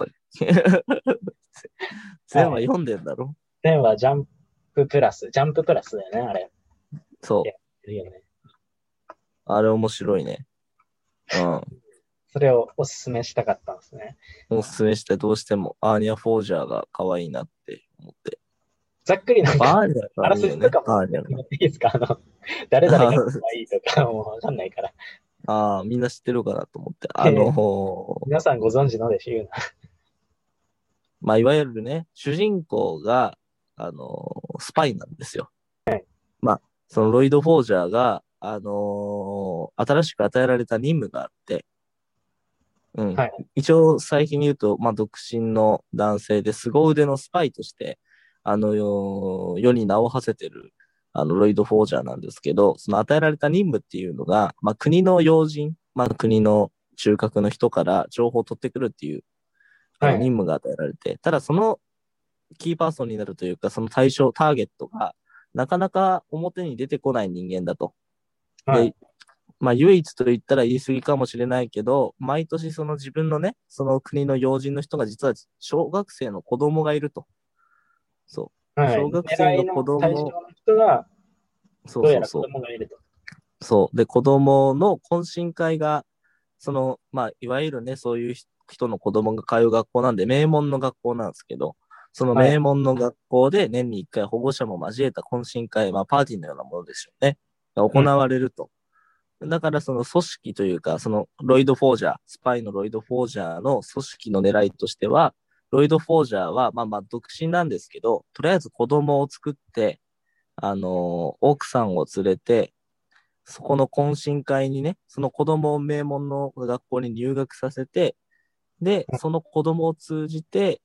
[SPEAKER 1] 全話読んでんだろ、
[SPEAKER 2] 全はジャンププラスだよね、あれ。
[SPEAKER 1] そう。
[SPEAKER 2] るよね。
[SPEAKER 1] あれ面白いね。うん。
[SPEAKER 2] それをおすすめしたかったんですね。
[SPEAKER 1] おすすめしてどうしてもアーニャ・フォージャーが可愛いなって思って。
[SPEAKER 2] ざっくりなんか、
[SPEAKER 1] アーニャ
[SPEAKER 2] あらすじとかも
[SPEAKER 1] アーニャ
[SPEAKER 2] いいですか誰々が可愛いとかもうわかんないから。
[SPEAKER 1] ああ、みんな知ってるかなと思って。
[SPEAKER 2] 皆さんご存知のでしょうな。
[SPEAKER 1] まあ、いわゆるね、主人公が、スパイなんですよ。
[SPEAKER 2] はい。
[SPEAKER 1] まあ、そのロイド・フォージャーが、新しく与えられた任務があって、うん。
[SPEAKER 2] はい。
[SPEAKER 1] 一応、最近言うと、まあ、独身の男性で、凄腕のスパイとして、世に名を馳せてる、ロイド・フォージャーなんですけど、その与えられた任務っていうのが、まあ、国の要人、まあ、国の中核の人から情報を取ってくるっていう、任務が与えられて、ただそのキーパーソンになるというか、その対象、ターゲットが、なかなか表に出てこない人間だと。
[SPEAKER 2] はい。
[SPEAKER 1] で、まあ、唯一と言ったら言い過ぎかもしれないけど、毎年その自分のね、その国の要人の人が実は小学生の子供がいると。そう。
[SPEAKER 2] はい。
[SPEAKER 1] 小学生の子供。
[SPEAKER 2] 対象の人が、
[SPEAKER 1] そう
[SPEAKER 2] どうやら子供がいると。
[SPEAKER 1] そう。で、子供の懇親会が、まあ、いわゆるね、そういう人の子供が通う学校なんで、名門の学校なんですけど、その名門の学校で年に1回保護者も交えた懇親会、まあ、パーティーのようなものでしょうね。が行われると。だからその組織というか、そのロイド・フォージャー、スパイのロイド・フォージャーの組織の狙いとしては、ロイド・フォージャーは、まあ独身なんですけど、とりあえず子供を作って、奥さんを連れて、そこの懇親会にね、その子供を名門の学校に入学させて、で、その子供を通じて、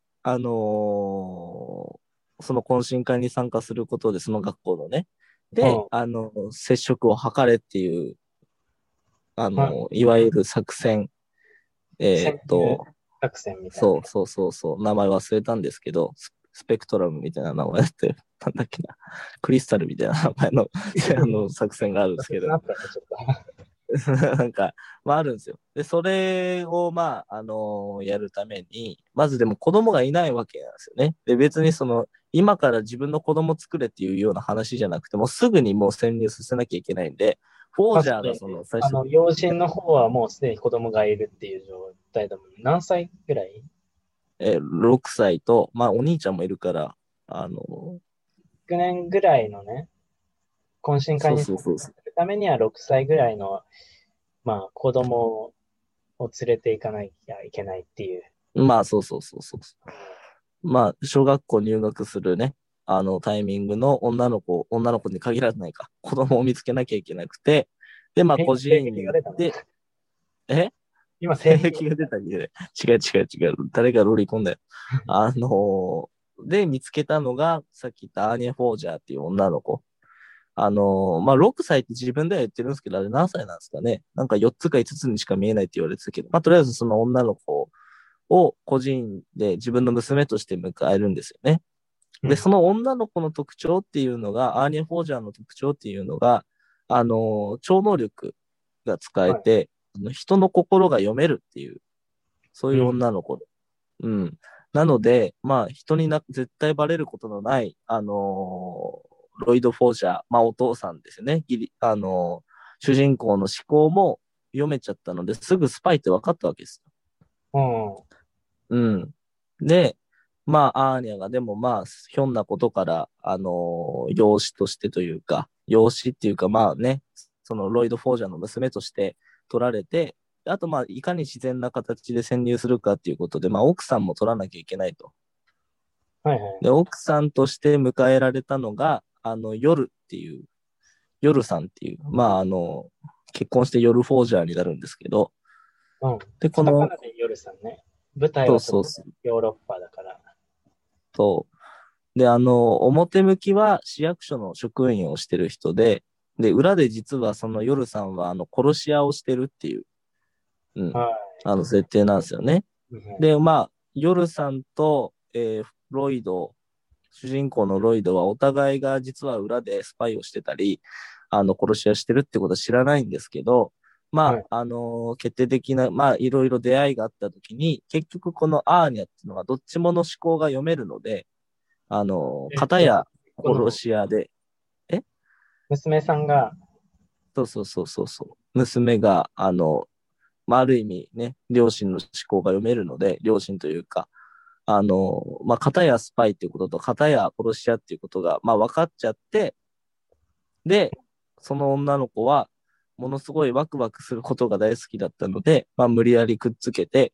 [SPEAKER 1] その懇親会に参加することで、その学校のね、で、接触を図れっていう、いわゆる作戦、
[SPEAKER 2] 作戦みたいな。
[SPEAKER 1] そう、名前忘れたんですけど、 スペクトラムみたいな名前ってなんだっけな、クリスタルみたいな名前の作戦があるんですけど、なんか、まああるんですよ。で、それを、まあ、やるために、まずでも子供がいないわけなんですよね。で、別に今から自分の子供作れっていうような話じゃなくて、もうすぐにもう潜入させなきゃいけないんで、フォージャーが最初
[SPEAKER 2] に。養子の方はもうすでに子供がいるっていう状態だもんね。何歳ぐらい
[SPEAKER 1] 6歳と、まあお兄ちゃんもいるから、
[SPEAKER 2] 6年ぐらいのね、懇親会にするためには6歳ぐらいの、まあ子供を連れて行かなきゃいけないっていう。
[SPEAKER 1] まあそう。まあ小学校入学するね、タイミングの女の子に限らないか、子供を見つけなきゃいけなくて、で、まあ個人に行って、
[SPEAKER 2] 今
[SPEAKER 1] 性癖が出たりで、違う。誰がロリコンだよ。で、見つけたのが、さっき言ったアーニャ・フォージャーっていう女の子。まあ、6歳って自分では言ってるんですけど、あれ何歳なんですかね。なんか4つか5つにしか見えないって言われてたけど、まあ、とりあえずその女の子を個人で自分の娘として迎えるんですよね。で、その女の子の特徴っていうのが、アーニャ・フォージャーの特徴っていうのが、超能力が使えて、人の心が読めるっていう、そういう女の子で。なので、まあ、人に絶対バレることのない、ロイド・フォージャー、まあ、お父さんですよね。主人公の思考も読めちゃったので、すぐスパイって分かったわけです
[SPEAKER 2] よ。
[SPEAKER 1] で、まあ、アーニャが、でもまあ、ひょんなことから、養子としてというか、養子っていうか、まあね、そのロイド・フォージャーの娘として取られて、あと、まあ、いかに自然な形で潜入するかっていうことで、まあ、奥さんも取らなきゃいけないと。で、奥さんとして迎えられたのが、夜さんっていう、まあ、結婚して夜フォージャーになるんですけど、
[SPEAKER 2] で、この、夜さんね。舞台はヨーロッパだから。
[SPEAKER 1] で、表向きは市役所の職員をしてる人で、裏で実はその夜さんは、殺し屋をしてるっていう、設定なんですよね。で、まあ、夜さんと、ロイド、主人公のロイドはお互いが実は裏でスパイをしてたり、殺し屋してるってことは知らないんですけど、まあ、決定的な、まあ、いろいろ出会いがあったときに、結局このアーニャっていうのはどっちもの思考が読めるので、片や殺し屋で、
[SPEAKER 2] 娘さんが、
[SPEAKER 1] そう。娘が、まあ、ある意味ね、両親の思考が読めるので、両親というか、まあ、片やスパイっていうことと、片や殺し屋っていうことが、まあ、分かっちゃって、で、その女の子は、ものすごいワクワクすることが大好きだったので、まあ、無理やりくっつけて、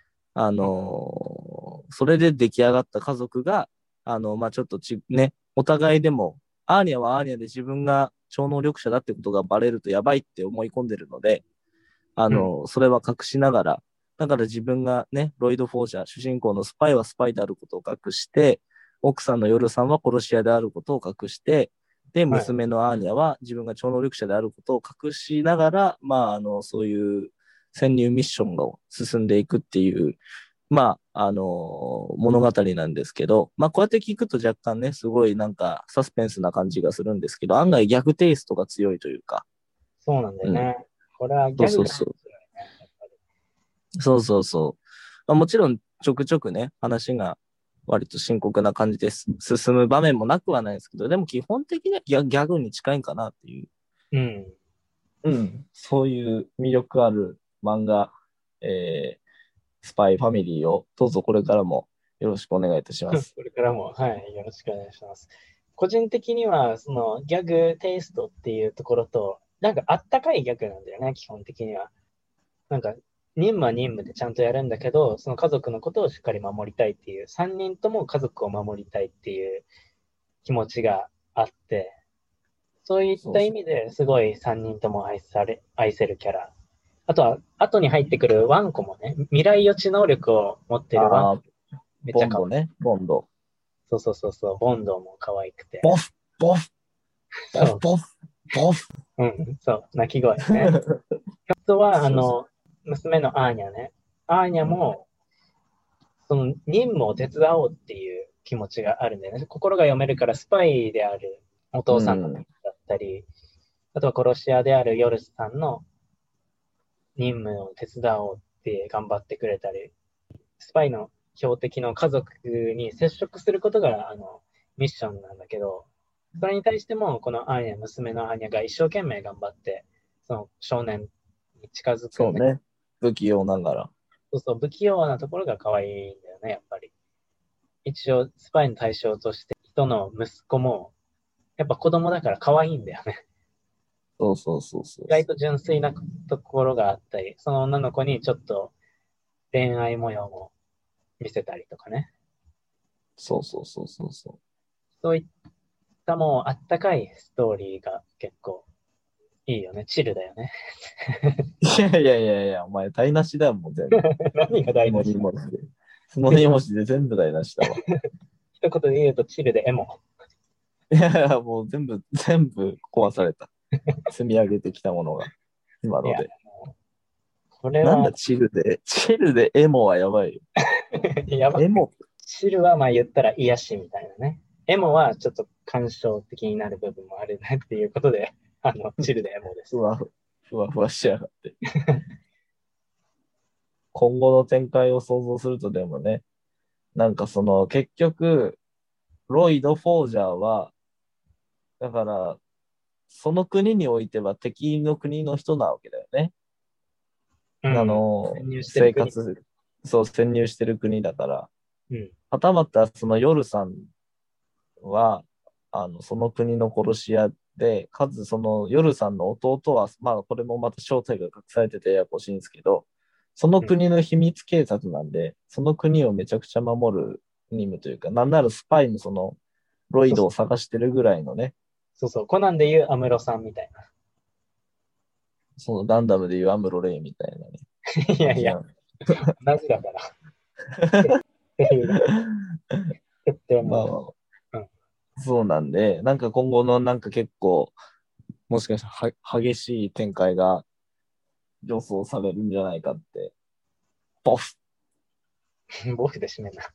[SPEAKER 1] それで出来上がった家族が、まあ、ちょっとね、お互いでも、アーニャはアーニャで自分が超能力者だってことがバレるとやばいって思い込んでるので、それは隠しながら、だから自分がね、ロイド・フォージャー、主人公のスパイはスパイであることを隠して、奥さんの夜さんは殺し屋であることを隠して、で、娘のアーニャは自分が超能力者であることを隠しながら、まあ、そういう潜入ミッションが進んでいくっていう、まあ、物語なんですけど、まあ、こうやって聞くと若干ね、すごいなんかサスペンスな感じがするんですけど、案外逆テイストが強いというか。
[SPEAKER 2] そうなんだよね。これはギャグが強い
[SPEAKER 1] ね。そう。まあ、もちろん、ちょくちょくね、話が割と深刻な感じで進む場面もなくはないですけど、でも基本的にはギャグに近いかなっていう。そういう魅力ある漫画、スパイファミリーをどうぞこれからもよろしくお願いいたします。
[SPEAKER 2] これからも、はい、よろしくお願いします。個人的には、そのギャグテイストっていうところと、なんかあったかいギャグなんだよね、基本的には。なんか、任務は任務でちゃんとやるんだけど、その家族のことをしっかり守りたいっていう、3人とも家族を守りたいっていう気持ちがあって、そういった意味ですごい3人とも愛せるキャラ。あとは、後に入ってくるワンコもね、未来予知能力を持ってるワンコ。
[SPEAKER 1] めっちゃ可愛い。ボンドね、ボンド。
[SPEAKER 2] そう、ボンドも可愛くて。
[SPEAKER 1] ボフ。
[SPEAKER 2] そう、鳴き声ね。あとは、娘のアーニャね。アーニャも、その任務を手伝おうっていう気持ちがあるんだよね。心が読めるからスパイであるお父さんだったり、あとは殺し屋であるヨルさんの任務を手伝おうって頑張ってくれたり、スパイの標的の家族に接触することがミッションなんだけど、それに対してもこのアーニャ、娘のアーニャが一生懸命頑張って、その少年に近づく
[SPEAKER 1] そ
[SPEAKER 2] んだけど、
[SPEAKER 1] うね。不器用ながら。
[SPEAKER 2] そうそう、不器用なところが可愛いんだよね、やっぱり。一応、スパイの対象として、人の息子も、やっぱ子供だから可愛いんだよね。
[SPEAKER 1] そうそうそうそう
[SPEAKER 2] 意。外と純粋なところがあったり、その女の子にちょっと恋愛模様も見せたりとかね。
[SPEAKER 1] そうそうそうそうそ
[SPEAKER 2] そういったもうあったかいストーリーが結構いいよね。チルだよね。
[SPEAKER 1] う。いやいやいやいや、お前台無しだよ、もう全部。
[SPEAKER 2] 何が大
[SPEAKER 1] その
[SPEAKER 2] 事？
[SPEAKER 1] 2文字で。その2文字で全部台無しだわ。
[SPEAKER 2] 一言で言うとチルでエモ。
[SPEAKER 1] いやいや、もう全部壊された。積み上げてきたものが。今
[SPEAKER 2] いや、
[SPEAKER 1] ので。
[SPEAKER 2] これは
[SPEAKER 1] なんだ、チルでエモはやばいよ。
[SPEAKER 2] やばい。
[SPEAKER 1] エモ
[SPEAKER 2] チルはまあ言ったら癒しみたいなね。エモはちょっと感傷的になる部分もあるねっていうことで、チルでエモです。
[SPEAKER 1] ふわふわしやがって。今後の展開を想像するとでもね、なんかその結局、ロイド・フォージャーは、だから、その国においては敵の国の人なわけだよね。
[SPEAKER 2] うん。潜入してる国。
[SPEAKER 1] 生活、そう、潜入してる国だから。
[SPEAKER 2] うん。
[SPEAKER 1] はたまたそのヨルさんは、その国の殺し屋で、かつそのヨルさんの弟は、まあこれもまた正体が隠されててややこしいんですけど、その国の秘密警察なんで、その国をめちゃくちゃ守る任務というか、なんならスパイのそのロイドを探してるぐらいのね、
[SPEAKER 2] そうそう。コナンで言うアムロさんみたいな。
[SPEAKER 1] そのガンダムでいうアムロレイみたいなね、
[SPEAKER 2] いやいや、
[SPEAKER 1] 感じなの。
[SPEAKER 2] 同じだから。っていうね。設定
[SPEAKER 1] まあま
[SPEAKER 2] も。うん。
[SPEAKER 1] あ、そうなんで、なんか今後のなんか結構、もしかしたら激しい展開が予想されるんじゃないかって、ポフ
[SPEAKER 2] ボフで締めんな。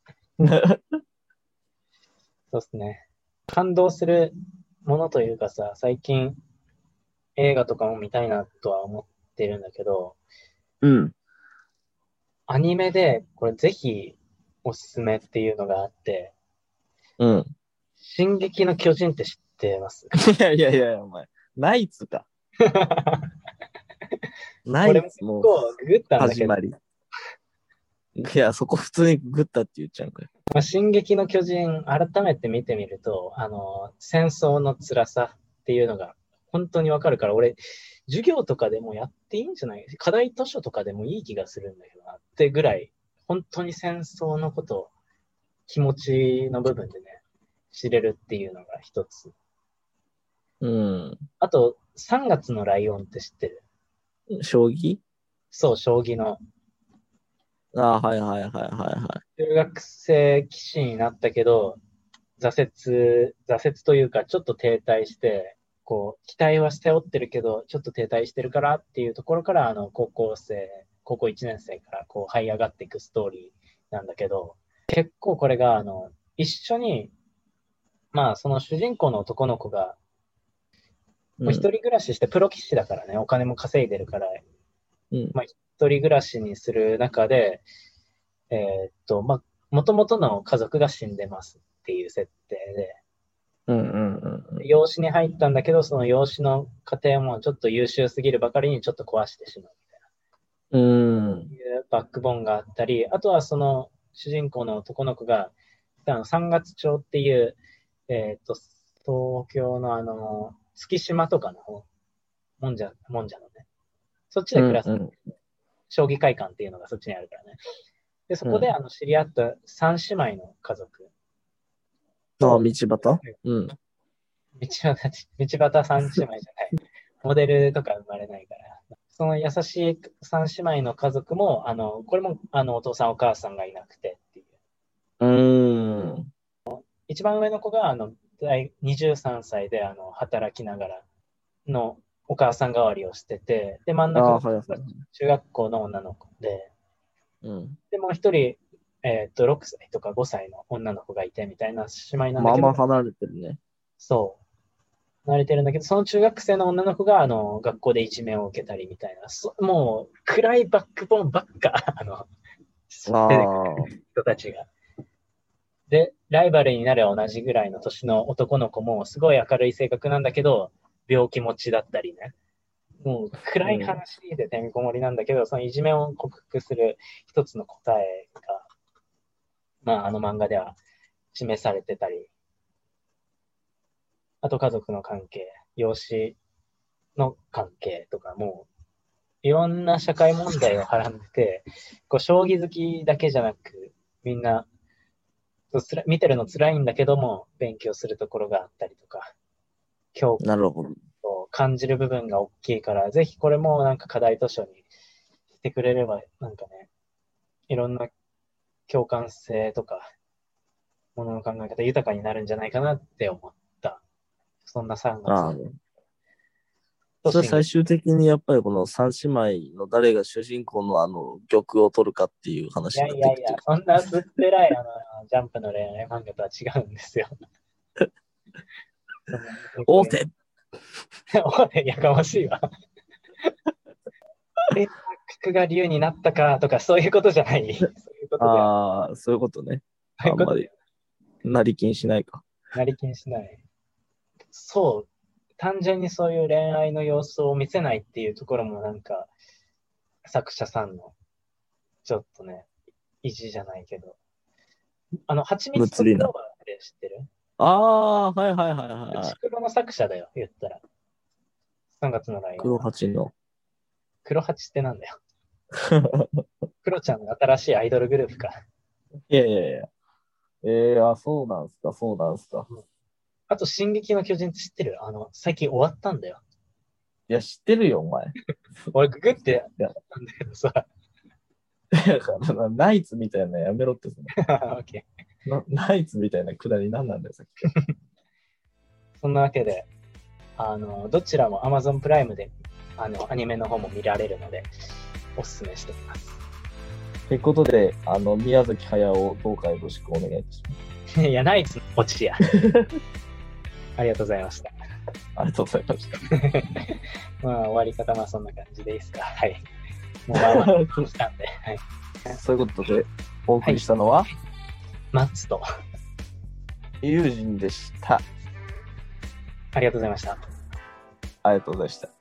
[SPEAKER 2] そうっすね。感動するものというかさ、最近映画とかも見たいなとは思ってるんだけど、
[SPEAKER 1] うん。
[SPEAKER 2] アニメでこれぜひおすすめっていうのがあって、
[SPEAKER 1] うん。
[SPEAKER 2] 進撃の巨人って知ってます？
[SPEAKER 1] いやいやいや、お前。ナイツか。ナ
[SPEAKER 2] 俺も結
[SPEAKER 1] イツも
[SPEAKER 2] 構ググったんだけど、
[SPEAKER 1] 始まり。いや、そこ普通にグッタって言っちゃうんかよ。
[SPEAKER 2] まあ、進撃の巨人改めて見てみると、戦争の辛さっていうのが本当にわかるから、俺、授業とかでもやっていいんじゃない？課題図書とかでもいい気がするんだけどなってぐらい、本当に戦争のことを気持ちの部分でね、知れるっていうのが一つ。
[SPEAKER 1] うん。
[SPEAKER 2] あと、3月のライオンって知ってる？
[SPEAKER 1] 将棋
[SPEAKER 2] そう、将棋の。
[SPEAKER 1] ああ、はいはいはいはいは
[SPEAKER 2] 中学生棋士になったけど、挫折というか、ちょっと停滞して、こう、期待は背負ってるけど、ちょっと停滞してるからっていうところから、高校1年生からこう、這い上がっていくストーリーなんだけど、結構これが、一緒に、まあ、その主人公の男の子が、
[SPEAKER 1] い。
[SPEAKER 2] もう一人暮らしして、プロ棋士だからね、お金も稼いでるから、
[SPEAKER 1] うん。
[SPEAKER 2] まあ、一人暮らしにする中で、まあ、元々の家族が死んでますっていう設定で、
[SPEAKER 1] うんうんうん
[SPEAKER 2] 養子に入ったんだけど、その養子の家庭もちょっと優秀すぎるばかりにちょっと壊してしまう
[SPEAKER 1] うん。うん。
[SPEAKER 2] みたいないうバックボーンがあったり、あとはその主人公の男の子が、三月町っていう、東京の月島とかの方、もんじゃのね、そっちで暮らす、
[SPEAKER 1] うん
[SPEAKER 2] 将棋会館っていうのがそっちにあるからね。で、そこで知り合った三姉妹の家族
[SPEAKER 1] ああ、
[SPEAKER 2] と、
[SPEAKER 1] 道端うん。
[SPEAKER 2] 道端三姉妹じゃない。モデルとか生まれないから。その優しい三姉妹の家族も、これも、お父さんお母さんがいなくてっていう。
[SPEAKER 1] うーん。
[SPEAKER 2] 一番上の子が、23歳で、働きながらのお母さん代わりをしてて、で、真ん
[SPEAKER 1] ああ、
[SPEAKER 2] 中が
[SPEAKER 1] はいはい。
[SPEAKER 2] 中学校の女の子で、
[SPEAKER 1] うん。
[SPEAKER 2] で、もう一人、 6歳とか5歳の女の子がいてみたいな姉妹なんだ
[SPEAKER 1] まあ
[SPEAKER 2] けど、
[SPEAKER 1] まあ離れてるね。
[SPEAKER 2] そう。慣れてるんだけど、その中学生の女の子が、学校でいじめを受けたりみたいな、もう、暗いバックボーンばっか、出てくる人たちが。で、ライバルになる同じぐらいの年の男の子も、すごい明るい性格なんだけど、病気持ちだったりね。もう、暗い話でてんこ盛りなんだけど、そのいじめを克服する一つの答えが、まあ、あの漫画では示されてたり、あと家族の関係、養子の関係とかも、いろんな社会問題をはらんでて、こう将棋好きだけじゃなく、みんな見てるの辛いんだけども、勉強するところがあったりとか、共
[SPEAKER 1] なるほど。
[SPEAKER 2] を感じる部分が大きいから、ぜひこれもなんか課題図書にしてくれれば、なんかね、いろんな共感性とか、ものの考え方豊かになるんじゃないかなって思った。そんな3
[SPEAKER 1] ああ、
[SPEAKER 2] 月。
[SPEAKER 1] それ最終的にやっぱりこの三姉妹の誰が主人公の玉を取るかっていう話になってきてる。
[SPEAKER 2] そんな薄っぺらいジャンプの恋愛漫画とは違うんですよ。
[SPEAKER 1] 大手
[SPEAKER 2] 大手やかましいわ。で、角が竜になったかとかそういうことじゃない。そういうことで
[SPEAKER 1] ああ、そういうことね。あんまり、なり気にしないか。
[SPEAKER 2] なり気にしない。そう。単純にそういう恋愛の様子を見せないっていうところもなんか、作者さんの、ちょっとね、意地じゃないけど。蜂蜜とクローバーって知ってる？
[SPEAKER 1] ああ、はいはいはいはい。
[SPEAKER 2] 内黒の作者だよ、言ったら。3月のライオン。
[SPEAKER 1] 黒八の。
[SPEAKER 2] 黒八ってなんだよ。黒ちゃんの新しいアイドルグループか。
[SPEAKER 1] いやいやいや。そうなんすか、そうなんすか。
[SPEAKER 2] あと、進撃の巨人って知ってる？最近終わったんだよ。
[SPEAKER 1] いや、知ってるよ、お前。
[SPEAKER 2] 俺、ググってやったんだけどさ。
[SPEAKER 1] ナイツみたいなやめろってさ。
[SPEAKER 2] オッケ
[SPEAKER 1] ー。ナイツみたいなくだり何なんだよ、さっき。
[SPEAKER 2] そんなわけで、どちらも Amazon プライムで、アニメの方も見られるので、おすすめしております。
[SPEAKER 1] ということで、宮崎駿、どうかよろしくお願いします。
[SPEAKER 2] いや、ナイツのオチや。ありがとうございました。
[SPEAKER 1] ありがとうございました。
[SPEAKER 2] まあ、終わり方はそんな感じでいいですか。はい。もうまあまあ、したんで。はい。
[SPEAKER 1] そういうことで、お送りしたのは、はい、
[SPEAKER 2] マッツと、
[SPEAKER 1] 友人でした。
[SPEAKER 2] ありがとうございました。
[SPEAKER 1] ありがとうございました。